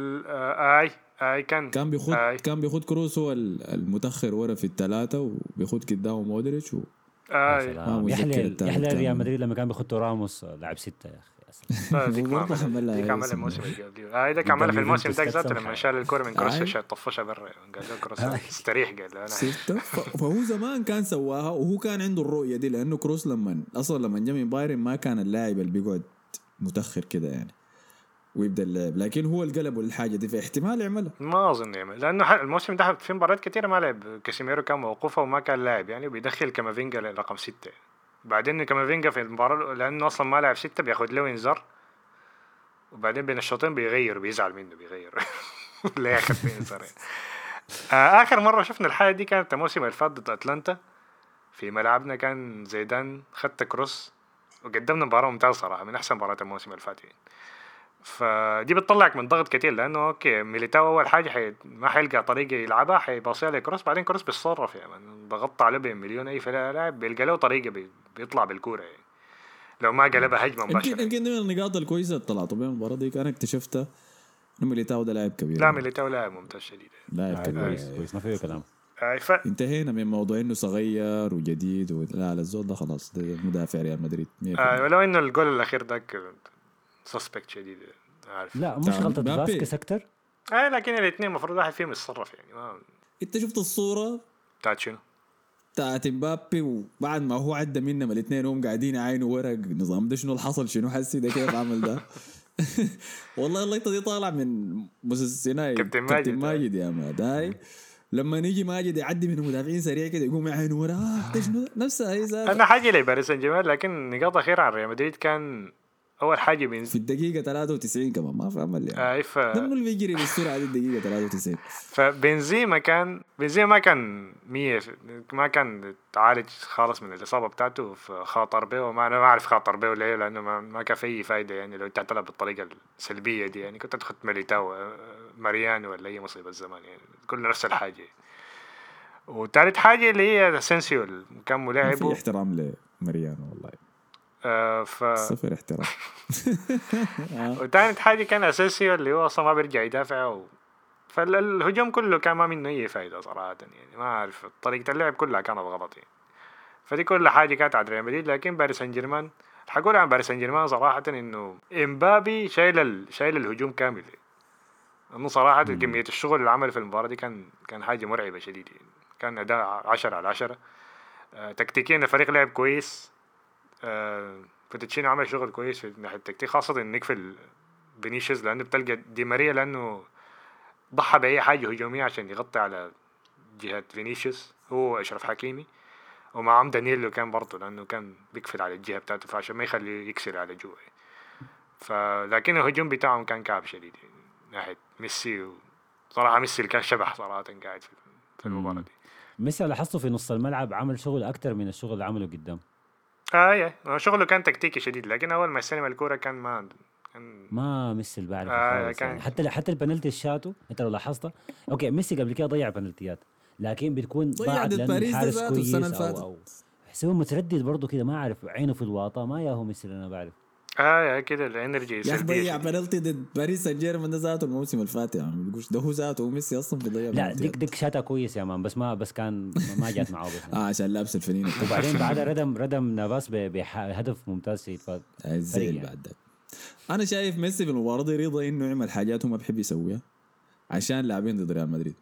اي كان بيخد كروز هو المتاخر ورا في الثلاثه وبيخد قدامه مودريتش يا اي سلام. يحلى ريال مدريد لما كان بيخطوا راموس لعب 6 يا اخي. ديك ما عملها، ديك عملها الموسم الجاي. ديك عملها في الموسم ذاك ذاته لما شال الكرة من كروس طفشها برا، قال له كروس استريح، قال له انا فهو زمان كان سواها وهو كان عنده الرؤيه دي، لانه كروس لما جاء من بايرن ما كان اللاعب اللي بيقعد متاخر كده يعني ويبدا اللعب، لكن هو القلب والحاجه دي في احتمال يعملها. ما اظن يعمل، لانه الموسم ده في مباريات كثيره ما لعب كاسيميرو، كان موقوفه وما كان لاعب يعني، وبيدخل كامافينجا رقم 6. بعدين كامافينجا في المباراه لانه اصلا ما لعب 6 بياخد له انذار، وبعدين بين الشوطين بيغير وبيزعل منه بيغير لا ياخد فيه انذار. اخر مره شفنا الحاله دي كانت الموسم اللي فات ضد اتلانتا في ملعبنا، كان زيدان خدت كروس وقدمنا مباراه ممتازه صراحه، من احسن مباريات الموسم اللي فات يعني. فدي بتطلعك من ضغط كتير، لانه اوكي ميليتاو اول حاجه ما حيلقى طريقه يلعبها، حيباصيها لكروس، بعدين كروس بيتصرف يعني، ضغطت عليه بمليون اي لاعب بيلقى له طريقه بيطلع بالكوره يعني، لو ما قلبها هجمه مباشره. يمكن من النقاط الكويسه اللي طلعتوا بين المباراه دي انا اكتشفتها انه ميليتاو ده لاعب كبير. لا ميليتاو لاعب ممتاز شديد، لاعب كبير كويس ما فيه كلام. انتهينا من موضوع انه صغير وجديد لا الزول ده خلاص ده مدافع ريال مدريد 100%. ولو انه الجول الاخير ذاك سسبكت شديد عارف. لا مش غلطة فاسكيز أكتر. لكن الاثنين المفروض واحد فيهم يتصرف يعني. ما انت شفت الصورة بتاعت شنو؟ بتاعت مبابي وبعد ما هو عدى منهم الاثنين هم قاعدين يعاينوا ورق نظام ده شنو اللي حصل شنو حسي ده كيف عمل ده. والله اللقطة دي طالع من مسلسل كابتن ماجد يا ماداي، لما نيجي ماجد يعدي من المدافعين سريع كده يقوم يعاينوا ورا ده شنو نفسها هي ذات. انا حاجة لي باريس سان جيرمان، لكن نقاط أخيرة عن ريال مدريد كان اول حاجه في الدقيقه 93 كمان ما في عمل يعني ده اللي بيجري بالسرعه دي الدقيقه 93. فبنزيما ما كان 100 ما كان تعالج خالص من الاصابه بتاعته، في خاطر بيه وما انا ما اعرف خاطر بيه ليه، لانه ما كان في فايده يعني. لو انت تلعب بالطريقه السلبيه دي يعني كنت تاخذ ميليتاو ماريانو ولا اي مصيبه الزمان يعني، كله نفس الحاجه. وثالث حاجه اللي هي اسينسيو كان ملاعب في احترام لماريانو والله صفر احترام. وثالث حاجه كان اساسي اللي هو اصلا ما بيرجع يدافع فالهجوم كله كان ما منه اي فايده صراحه يعني. ما اعرف طريقه اللعب كلها كانت غلط يعني. فدي كل حاجه كانت على ريال مدريد. لكن باريس سان جيرمان حقول عن باريس سان جيرمان صراحه انه امبابي شايل الهجوم كامل انه صراحه كميه الشغل اللي عمله في المباراه دي كان حاجه مرعبه شديد يعني. كان اداء 10/10. تكتيكيا الفريق لعب كويس. فتشينو عمل شغل كويس في ناحية التكتيك، خاصة إنك في فينيسيوس، لأنه بتلقى دي ماريا لأنه ضحى بأي حاجة هجومية عشان يغطي على جهة فينيسيوس هو أشرف حكيمي، ومعهم دانييلو كان برضه لأنه كان بيقفل على الجهة بتاعته فعشان ما يخلي يكسر على جوا. لكن الهجوم بتاعهم كان كعب شديد ناحية ميسي. صراحة ميسي اللي كان شبح صراحة قاعد في المباراة دي. ميسي لاحظته في نص الملعب عمل شغل أكتر من الشغل اللي عمله قدام. شغله كان تكتيكي شديد، لكن اول ما استلم الكوره كان ما ميسي اللي بعرف خالص يعني. حتى البنالتي الشاتو انت لو لاحظتها اوكي ميسي قبل كده ضيع بنالتيات، لكن بتكون ضيعت باريس الحارس كويس او حسبه متردد برضه كده، ما اعرف عينه في الواطه ما ياهو ميسي اللي انا بعرف. كده الانرجي يا اخي ضيع بنالتي ضد باريس سان جيرمان ده ذاته الموسم الفات يعني بيقولش ده هو ذاته وميسي اصلا بيضيع. لا ديك شاتا كويس يا مان، بس كان ما جات معاه بس عشان لابس الفنين. وبعدين بعدها ردم نافاس بهدف ممتاز سيد فات يعني. بعد ده انا شايف ميسي في المباراه دي رضا انه يعمل حاجات هو ما بيحب يسويها عشان لاعبين ضد ريال مدريد.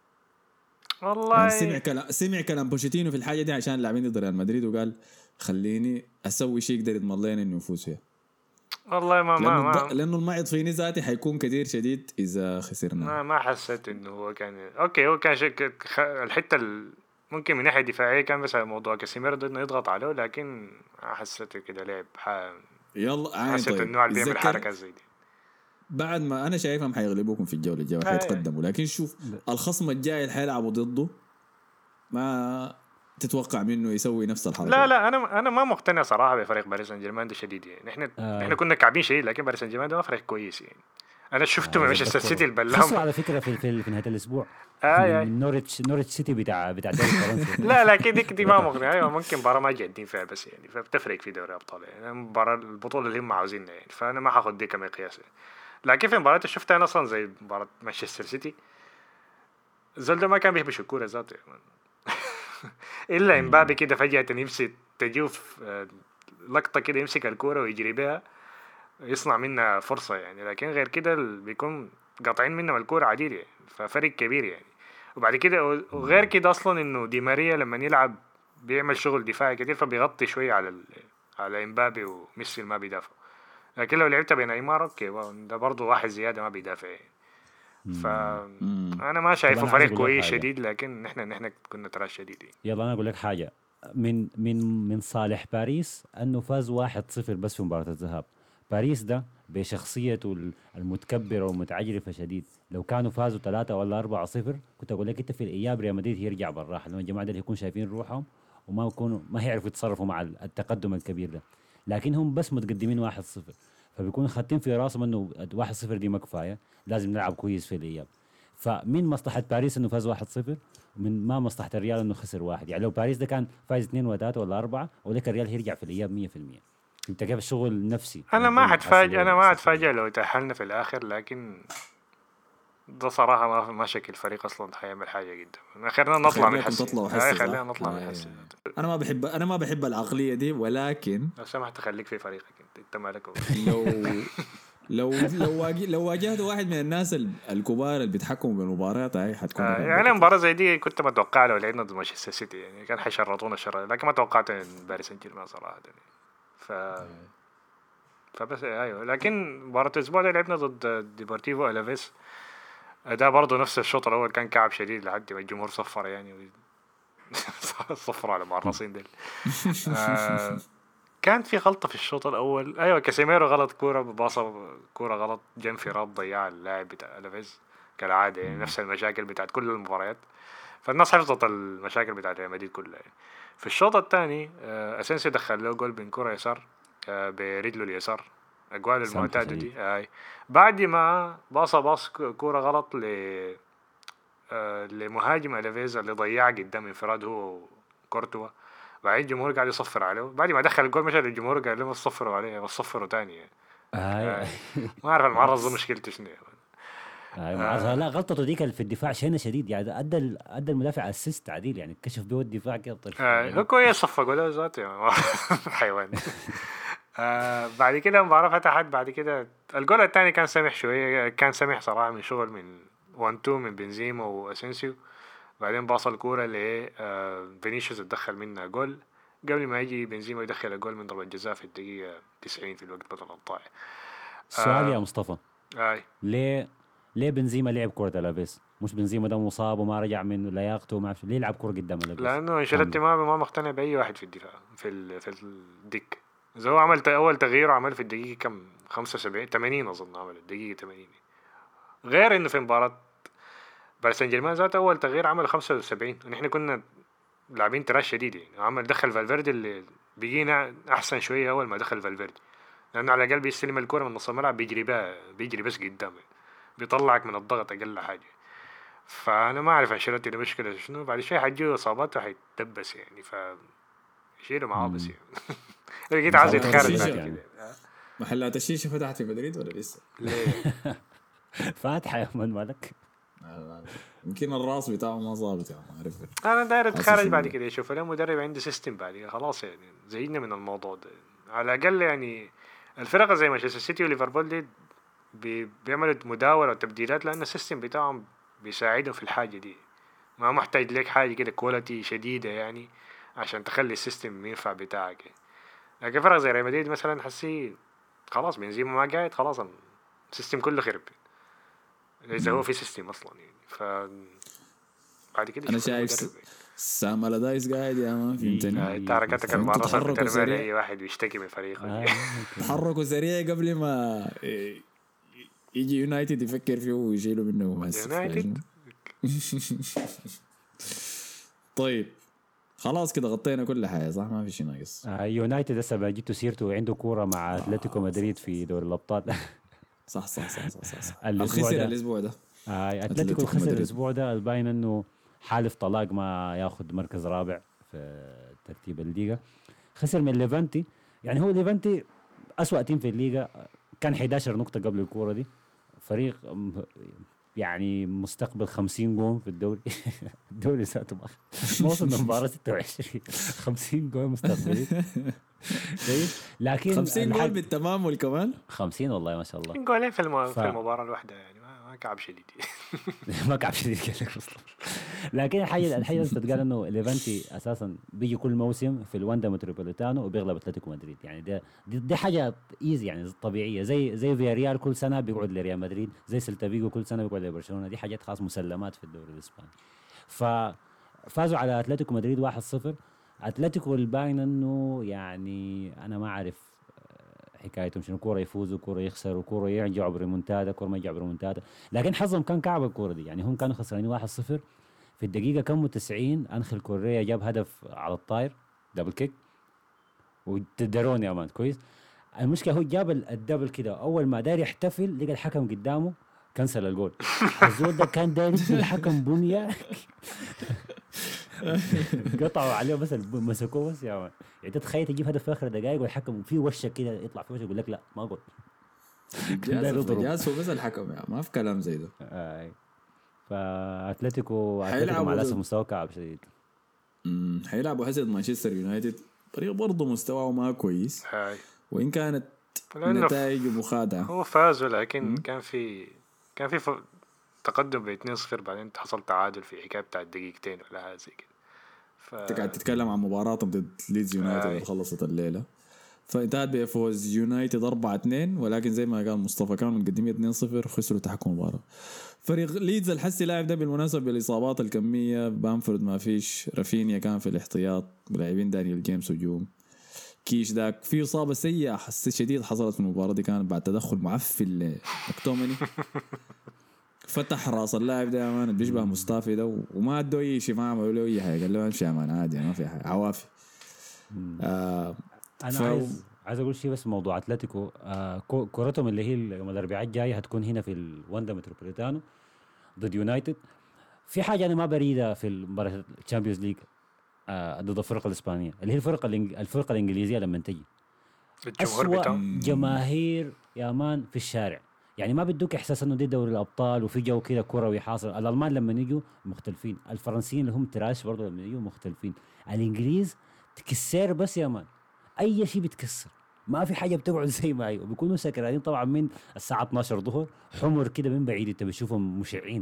والله يعني سمع كلام بوشيتينو في الحاجه دي عشان لاعبين ضد ريال مدريد، وقال خليني اسوي شيء يقدر يضمن لنا انه يفوز فيها. والله لانه المعيط فيني ذاتي حيكون كثير شديد اذا خسرنا. ما حسيت انه هو كان اوكي. هو كان الحته ممكن من ناحيه دفاعيه كان بس موضوع كاسيميرو انه يضغط عليه، لكن حسيت كده لعب يلا حسيت طيب. انه بيعمل الحركه زي دي. بعد ما انا شايفهم حيغلبوكم في الجوله الجايه حيتقدموا، لكن شوف الخصم الجاي اللي حيلعبوا ضده ما تتوقع منه يسوي نفس الحركه. لا انا ما مقتنع صراحه بفريق باريس سان جيرمان ده شديد يعني. احنا كنا كعبين شديد، لكن باريس سان جيرمان ده فريق كويس يعني. انا شفته من مانشستر سيتي خسروا البلام. على فكره في نهايه الاسبوع آي. من نوريتش سيتي بتاع دوري فرنسا. لا لكن دي ما مقنعه. ايوه ممكن مباراه ما جادين فيها بس يعني فبتفرق في دوري ابطال يعني مباراه البطوله اللي هم عاوزينها يعني فانا ما حاخد دي كمقياس يعني. لكن في مباراه شفتها انا اصلا زي مباراه مانشستر سيتي الزول ده ما كان بيهبش الكوره ذاته يعني. الا امبابي كده فجاه يمسك تجوف لقطه كده يمسك الكوره ويجري بها يصنع منها فرصه يعني. لكن غير كده بيكون قاطعين منه الكوره عديد يعني ففرق كبير يعني. وبعد كده وغير كده اصلا انه دي ماريا لما يلعب بيعمل شغل دفاعي كتير فبيغطي شويه على امبابي وميسي ما بيدافع. لكن لو لعبت بين نيمار اوكي ده برضه واحد زياده ما بيدافع يعني. فانا ما شايفه طب أنا عايز فريق أقول لك كويس حاجة. شديد لكن نحن كنا ترى شديد يعني. يلا انا اقول لك حاجه من صالح باريس انه فاز 1-0 بس في مباراه الذهاب. باريس ده بشخصيته المتكبره والمتعجرفه شديد لو كانوا فازوا 3 ولا 4-0 كنت اقول لك انت في الاياب ريال مدريد يرجع بالراحه لما الجماعه دول يكونوا شايفين روحهم وما يكونوا ما هيعرفوا يتصرفوا مع التقدم الكبير ده. لكن هم بس متقدمين 1-0 فبيكونوا خاتين في راسهم انه 1-0 دي ما كفايه لازم نلعب كويس في الاياب. فمن مصلحه باريس انه فاز 1-0 من ما مصلحه الريال انه خسر واحد. يعني لو باريس ده كان فايز 2 و3 ولا 4 ولك الريال هيرجع في الاياب 100%. انت كيف الشغل النفسي انا ما حتفاجئ لو تأهلنا في الاخر لكن ده صراحه ما شكل الفريق اصلا حيعمل حاجه جدا. خلينا نطلع من حسي. خلينا نطلع من حسي. انا ما بحب العقليه دي ولكن لو سمحت خليك في فريقك انت مالك. لو واجهت واحد من الناس الكبار اللي بيتحكموا بالمباريات هاي حتكون يعني مباراة زي دي كنت متوقع لو لعبنا ضد مانشستر سيتي يعني كان حيشرطونا الشر لكن ما توقعت ان باريس سان جيرمان صراحة يعني. فبس ايوه. لكن مباراة الاسبوع ده لعبنا ضد ديبورتيفو الافيس. ده برضه نفس الشوط الاول كان كعب شديد لحد ما الجمهور صفر يعني صفر على معرصين ديل. كان في غلطة في الشوط الأول. أيوة كاسيميرو غلط كورة بباصة كورة غلط جن في راب ضيع اللاعب بتاع ألفيز كالعادة يعني نفس المشاكل بتاعت كل المباريات. فالناس حفظت المشاكل بتاعت ريال مدريد كلها يعني. في الشوط الثاني أسينسيو دخل له جول من كورة يسار برجله اليسار أجوال المعتادة دي. بعد ما باص كورة غلط لمهاجم ألفيز اللي ضيع قدام انفراد هو كورتوا. بعدين الجمهور قاعد يصفر عليه بعد ما دخل الجول مشى الجمهور قال لهم صفروا عليه وصفروا تاني يعني. ما اعرف المعرض ده مشكلته شنو لا غلطته ديك في الدفاع شينه شديد يعني ادى المدافع اسيست عديل يعني كشف به الدفاع كده هو كويس صفقوا له ذاته حيوان. بعد كده المباراة فتحت. بعد كده الجول الثاني كان سمح شوية كان سمح صراحة من شغل من 1-2 من بنزيما واسينسيو. بعدين باص الكورة فينيسيوس اتدخل منها جول قبل ما يجي بنزيما يدخل الجول من ضربة جزاء في الدقيقة 90 في الوقت بدل الضائع. سؤال يا مصطفى ليه بنزيما لعب كرة الافيس؟ مش بنزيما ده مصاب وما رجع من لياقته وما ليه يلعب كرة قدام الافيس؟ لأنه انشيلوتي ما مقتنع بأي واحد في الدفاع في الدك. إذا هو عمل أول تغيير عمل في الدقيقة كم 75 80 أظن عمل الدقيقة 80. غير إنه في مباراة باريس سان جيرمان ذات أول تغيير عمل 75 ونحن كنا لاعبين تراش شديد يعني. عمل دخل فالفيردي اللي بيجينا أحسن شوية أول ما دخل فالفيردي لأنه على الأقل بيستلم الكرة من نص الملعب بيجري بس قدامه بيطلعك من الضغط أقل حاجة. فأنا ما أعرف انشيلوتي ده مشكلة شنو. بعد شوي حتجيه إصابات وحيتدبس يعني يشيله معاه بس يعني. لقيت عايز يتخارج يعني. محلات الشيشة فتحت في مدريد ولا لسه؟ ليه؟ فاتحة يا من مالك. يمكن الراس بتاعه ما ظابط يعني ما اعرف. انا داير اتخارج بعد كده يشوف انا مدرب عنده سيستم بعد كده خلاص يعني زينا من الموضوع ده. على الاقل يعني الفرق زي مانشستر سيتي وليفربول دي بيعملوا مداوله وتبديلات لان السيستم بتاعهم بيساعدهم في الحاجه دي. ما محتاج لك حاجه كده كواليتي شديده يعني عشان تخلي السيستم ينفع بتاعك. لكن فرق زي ريال مدريد مثلا حسي خلاص بنزيما ما قاعد خلاص السيستم كله خرب إذا هو في سيستم أصلاً يعني. بعد كده أنا شايف سام ألادايس قاعد يا ما فهمتني. تحركاتك المعرفة بترمي أي واحد بيشتكي من فريقه. تحركوا سريع قبل ما يجي يونايتد يفكر فيه ويشيله منه يونايتد. طيب خلاص كده غطينا كل حاجة صح ما في شيء ناقص. يونايتد هسه جبتوا سيرته عنده كورة مع أتلتيكو مدريد في دوري الأبطال. صح الأسبوع خسر ده. الاسبوع ده. اتلتيكو خسر مدريد. الاسبوع ده، الباين انه حالف طلاق ما ياخذ مركز رابع في ترتيب الليغا. خسر من ليفانتي، يعني هو ليفانتي اسوأ تيم في الليغا، كان 11 نقطة قبل الكورة دي، فريق يعني مستقبل 50 جون في الدوري. الدوري ذاته ما وصل لمباراة 26. 50 جون مستقبلين. لكن 50 جول بالتمام كمان 50 والله ما شاء الله. جولين في المباراة الواحدة يعني ما كعب شديد. ما كعب شديد كده اصلا. لكن الحاجة اللي تتقال انه ليفانتي اساسا بيجي كل موسم في الواندا متروبوليتانو وبيغلب اتلتيكو مدريد، يعني دي حاجة ايزي يعني طبيعية، زي فياريال كل سنة بيقعد لريال مدريد، زي سيلتا فيجو كل سنة بيقعد لبرشلونة. دي حاجات خاص مسلمات في الدوري الاسباني. ففازوا على اتلتيكو مدريد 1-0. اتلتيكو الباين انه يعني انا ما اعرف حكايتهم شنو، كوره يفوزوا كوره يخسروا كوره يرجعوا بريمونتادا كوره ما يرجعوا بريمونتادا، لكن حظهم كان كعب الكوره دي. يعني هم كانوا خسرانين 1-0 في الدقيقه كم 90 انخل كوريا جاب هدف على الطاير دبل كيك وتدرون يا مان كويس. المشكله هو جاب الدبل كده، اول ما داير يحتفل لقى الحكم قدامه كنسل الجول. الزول ده كان داير الحكم بنيه. قطعوا عليه بس مسكوه بس يا مان. يعني تتخيل تجيب هدف في اخر دقائق والحكم في وشك كده يطلع في وشك يقول لك لا ما قلت. جاز هو بس الحكم يعني ما في كلام زي ده. فاتلتيكو مع الاسف مستوى كعب شديد. حيلعبوا حسد مانشستر يونايتد، فريق برضه مستواه ما كويس وان كانت نتائج مخادعه. هو فازوا لكن كان في تقدم ب 2-0 بعدين حصل تعادل في حكايه بتاع دقيقتين ولا حاجه زي كده. انت قاعد تتكلم عن مباراتهم ضد ليدز يونايتد اللي خلصت الليله، فانتهت بفوز يونايتد 4-2، ولكن زي ما قال مصطفى كانوا مقدمين 2-0 خسروا تحكم المباراه. فريق ليدز الحسي لاعب ده بالمناسبه بالاصابات الكميه، بامفورد ما فيش، رافينيا كان في الاحتياط، لاعبين دانيال جيمس هجوم، كيش داك في اصابه سيئه حس شديد حصلت في المباراه دي، كانت بعد تدخل معفن لمكتومني. فتح راس اللاعب ده يا مان بيشبه مصطفى ده، وما ادوا اي شيء، ما عملوا له اي حاجه، قال له امشي يا مان عادي ما في حاجه عوافي. انا عايز اقول شيء بس موضوع اتلتيكو. كورتهم اللي هي يوم الاربعاء الجاي هتكون هنا في الواندا متروبوليتانو ضد يونايتد. في حاجه انا ما بريده في مباراه الشامبيونز ليج ضد الفرق الاسبانيه اللي هي الفرقه الانجليزيه لما تجي أسوأ جماهير يا مان في الشارع. يعني ما بدوك احساس انه دي دوري الابطال وفي جو كده كروي حاصل. الالمان لما يجوا مختلفين، الفرنسيين اللي هم تراش برضه لما يجوا مختلفين، الانجليز تكسر بس يا مان، اي شيء بيتكسر، ما في حاجه بتقعد زي ما هي، وبيكونوا سكرانين طبعا من الساعه 12 ظهر، حمر كده من بعيد انت بتشوفهم مشعين.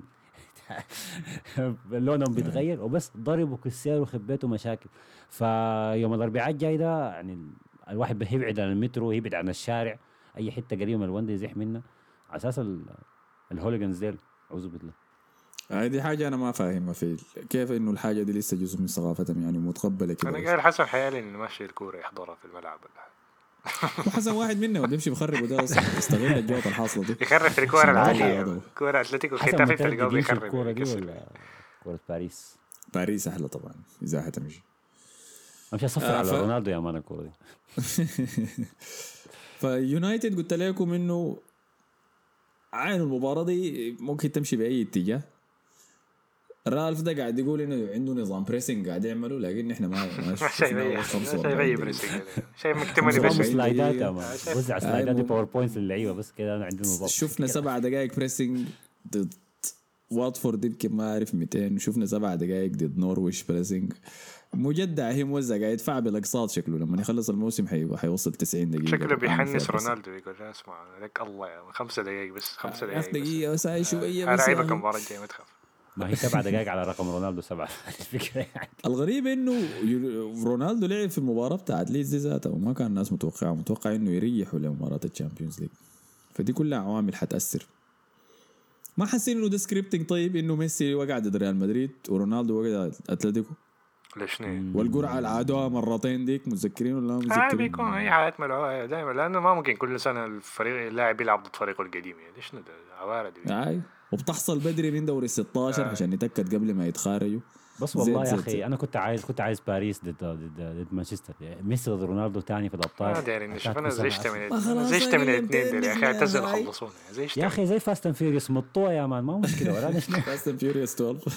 لونهم بيتغير وبس ضربوا كسر وخبيتوا مشاكل. فيوم الاربعاء الجاي ده يعني الواحد بيبعد عن المترو، يبعد عن الشارع، اي حته قريبه من الوندي يزيح منها على اساس الهوليجنز ديل. اعوذ بالله. هذه حاجه انا ما فاهمها في كيف انه الحاجه دي لسه جزء من ثقافتهم يعني متقبله كده. انا قاعد حسب حيالي انه ماشي الكوره يحضرها في الملعب وحسن واحد منهم بيمشي بيخرب وده اصلا يستغل الجوطه الحاصله دي، يخرب في الكوره العاليه، كوره اتلتيكو ختافي تلقاه بيخرب الكوره دي ولا كوره باريس احلى طبعا اذا حتمشي. امشي اصفر على رونالدو يا مان الكوره دي. فيونايتد قلت لكم انه عين المباراه دي ممكن تمشي باي اتجاه. رالف ده قاعد يقول انه عنده نظام بريسنج قاعد يعمله، لكن احنا ما شايف بريسنج، شايف مكتمل بس سلايدات وزع سلايدات باوربوينتس للعيبه بس كده انا عندي نظام. شفنا 7 دقائق بريسنج ضد واتفورد يمكن ما اعرف 200، وشفنا 7 دقائق ضد نورويش بريسنج مجدع، هي موزع قاعد يدفع بالاقساط. شكله لما يخلص الموسم حيوصل 90 دقيقه. شكله بيحنس رونالدو يقول اسمع لك الله يا 5 دقائق بس 5 دقيقه بس هاي شويه بس راعيبك المباراه الجايه ما تخاف. ما هي 7 دقائق على رقم رونالدو 7 الفكره يعني. الغريب انه رونالدو لعب في المباراه بتاعت ليدز ذاته وما كان الناس متوقع انه يريحوا لمباراه الشامبيونز ليج، فدي كلها عوامل حتاثر. ما حاسين انه ده سكريبتنج؟ طيب انه ميسي وقع ضد ريال مدريد ورونالدو وقع ضد اتلتيكو. ولا شنو؟ والقرعه اللي عادوها مرتين ديك متذكرين ولا متذكرين؟ بيكون هي حالات ملعوبة دائما لانه ما ممكن كل سنه الفريق اللاعب يلعب ضد فريقه القديم يعني شنو ده عوارة دي. اي وبتحصل بدري من دوري 16 عشان يتاكد قبل ما يتخارجوا. بس والله يا اخي انا كنت عايز باريس ضد مانشستر يعني ميسي ضد رونالدو تاني في الابطال. ما داري نشوف انا زيشت من الاثنين يا اخي اعتزل خلصونا زيشت يا اخي زي فاست اند فيوريوس مطوه يا مان ما مشكله ولا شنو. فاست اند فيوريوس 12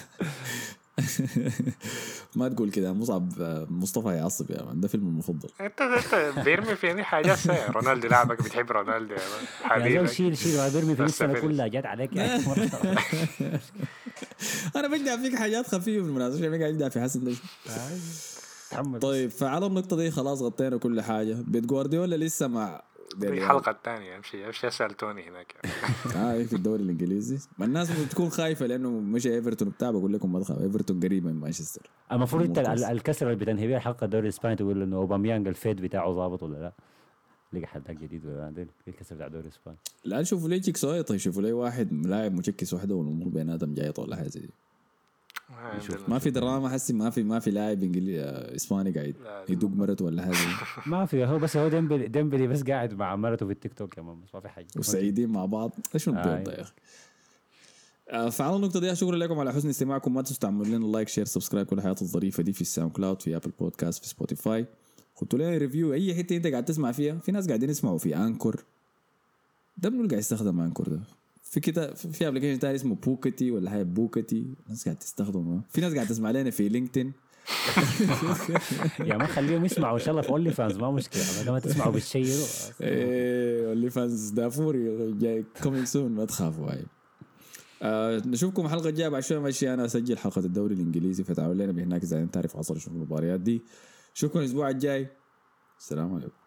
ما تقول كده مصعب مصطفى يعصب يا مان ده فيلم المفضل. انت بيرمي فيني حاجات سيئة. رونالدو لعبك بتحب رونالدو يا مان حبيبك شيل ما بيرمي في السنه كلها جات عليك يعني انا بجدع فيك حاجات خفيفه بالمناسبه ما قاعد اجدع في حسن ليش. طيب فعلى النقطه دي خلاص غطينا كل حاجه. بيت جوارديولا لسه مع الحلقه الثانيه امشي سالتوني هناك في الدوري الانجليزي. ما الناس بتكون خايفه لانه مشى ايفرتون بتاع. بقول لكم ما تخافوا ايفرتون قريب من مانشستر. المفروض انت الكسره اللي بتنهي بيها حلقه الدوري الاسباني تقول انه اوباميانج الفيد بتاعه ظابط ولا لا. لقى حد جديد ولا لا الكسر بتاع الدوري الاسباني. لا نشوفوا ليه سويط يشوفوا لي واحد لاعب مشكس وحده والامور بيناتهم جايطه ولا حاجه زي دي. ما في دراما حسي ما في لاعب اسباني قاعد يدق مرته ولا حاجه. ما في هو بس هو ديمبلي بس قاعد مع مرته في التيك توك يا مان ما في حاجه وسعيدين مع بعض. ايش البيض ده يا اخي. فعلى النقطه دي شكرا لكم على حسن استماعكم. ما تنسوا تعملوا لنا لايك شير سبسكرايب كل الحياه الظريفه دي في الساوند كلاود في ابل بودكاست في سبوتيفاي. خدوا لنا ريفيو اي حته انت قاعد تسمع فيها. في ناس قاعدين يسمعوا في انكور. ده منو قاعد يستخدم انكور ده؟ في كده في ابلكيشن تاني اسمه بوكتي ولا حاجه بوكتي الناس قاعد تستخدمه. في ناس قاعد تسمع لنا في لينكدين. يا ما خليهم يسمعوا ان شاء الله في اونلي فانز ما مشكله لما تسمعوا بالشيء. ايه اونلي فانز دافوري جاي كومينج سون ما تخافوا. هاي نشوفكم الحلقه الجايه. بعد شويه ماشي انا اسجل حلقه الدوري الانجليزي فتعالوا لنا بهناك اذا انت تعرف عصر شوف المباريات دي. شكرا الاسبوع الجاي. السلام عليكم.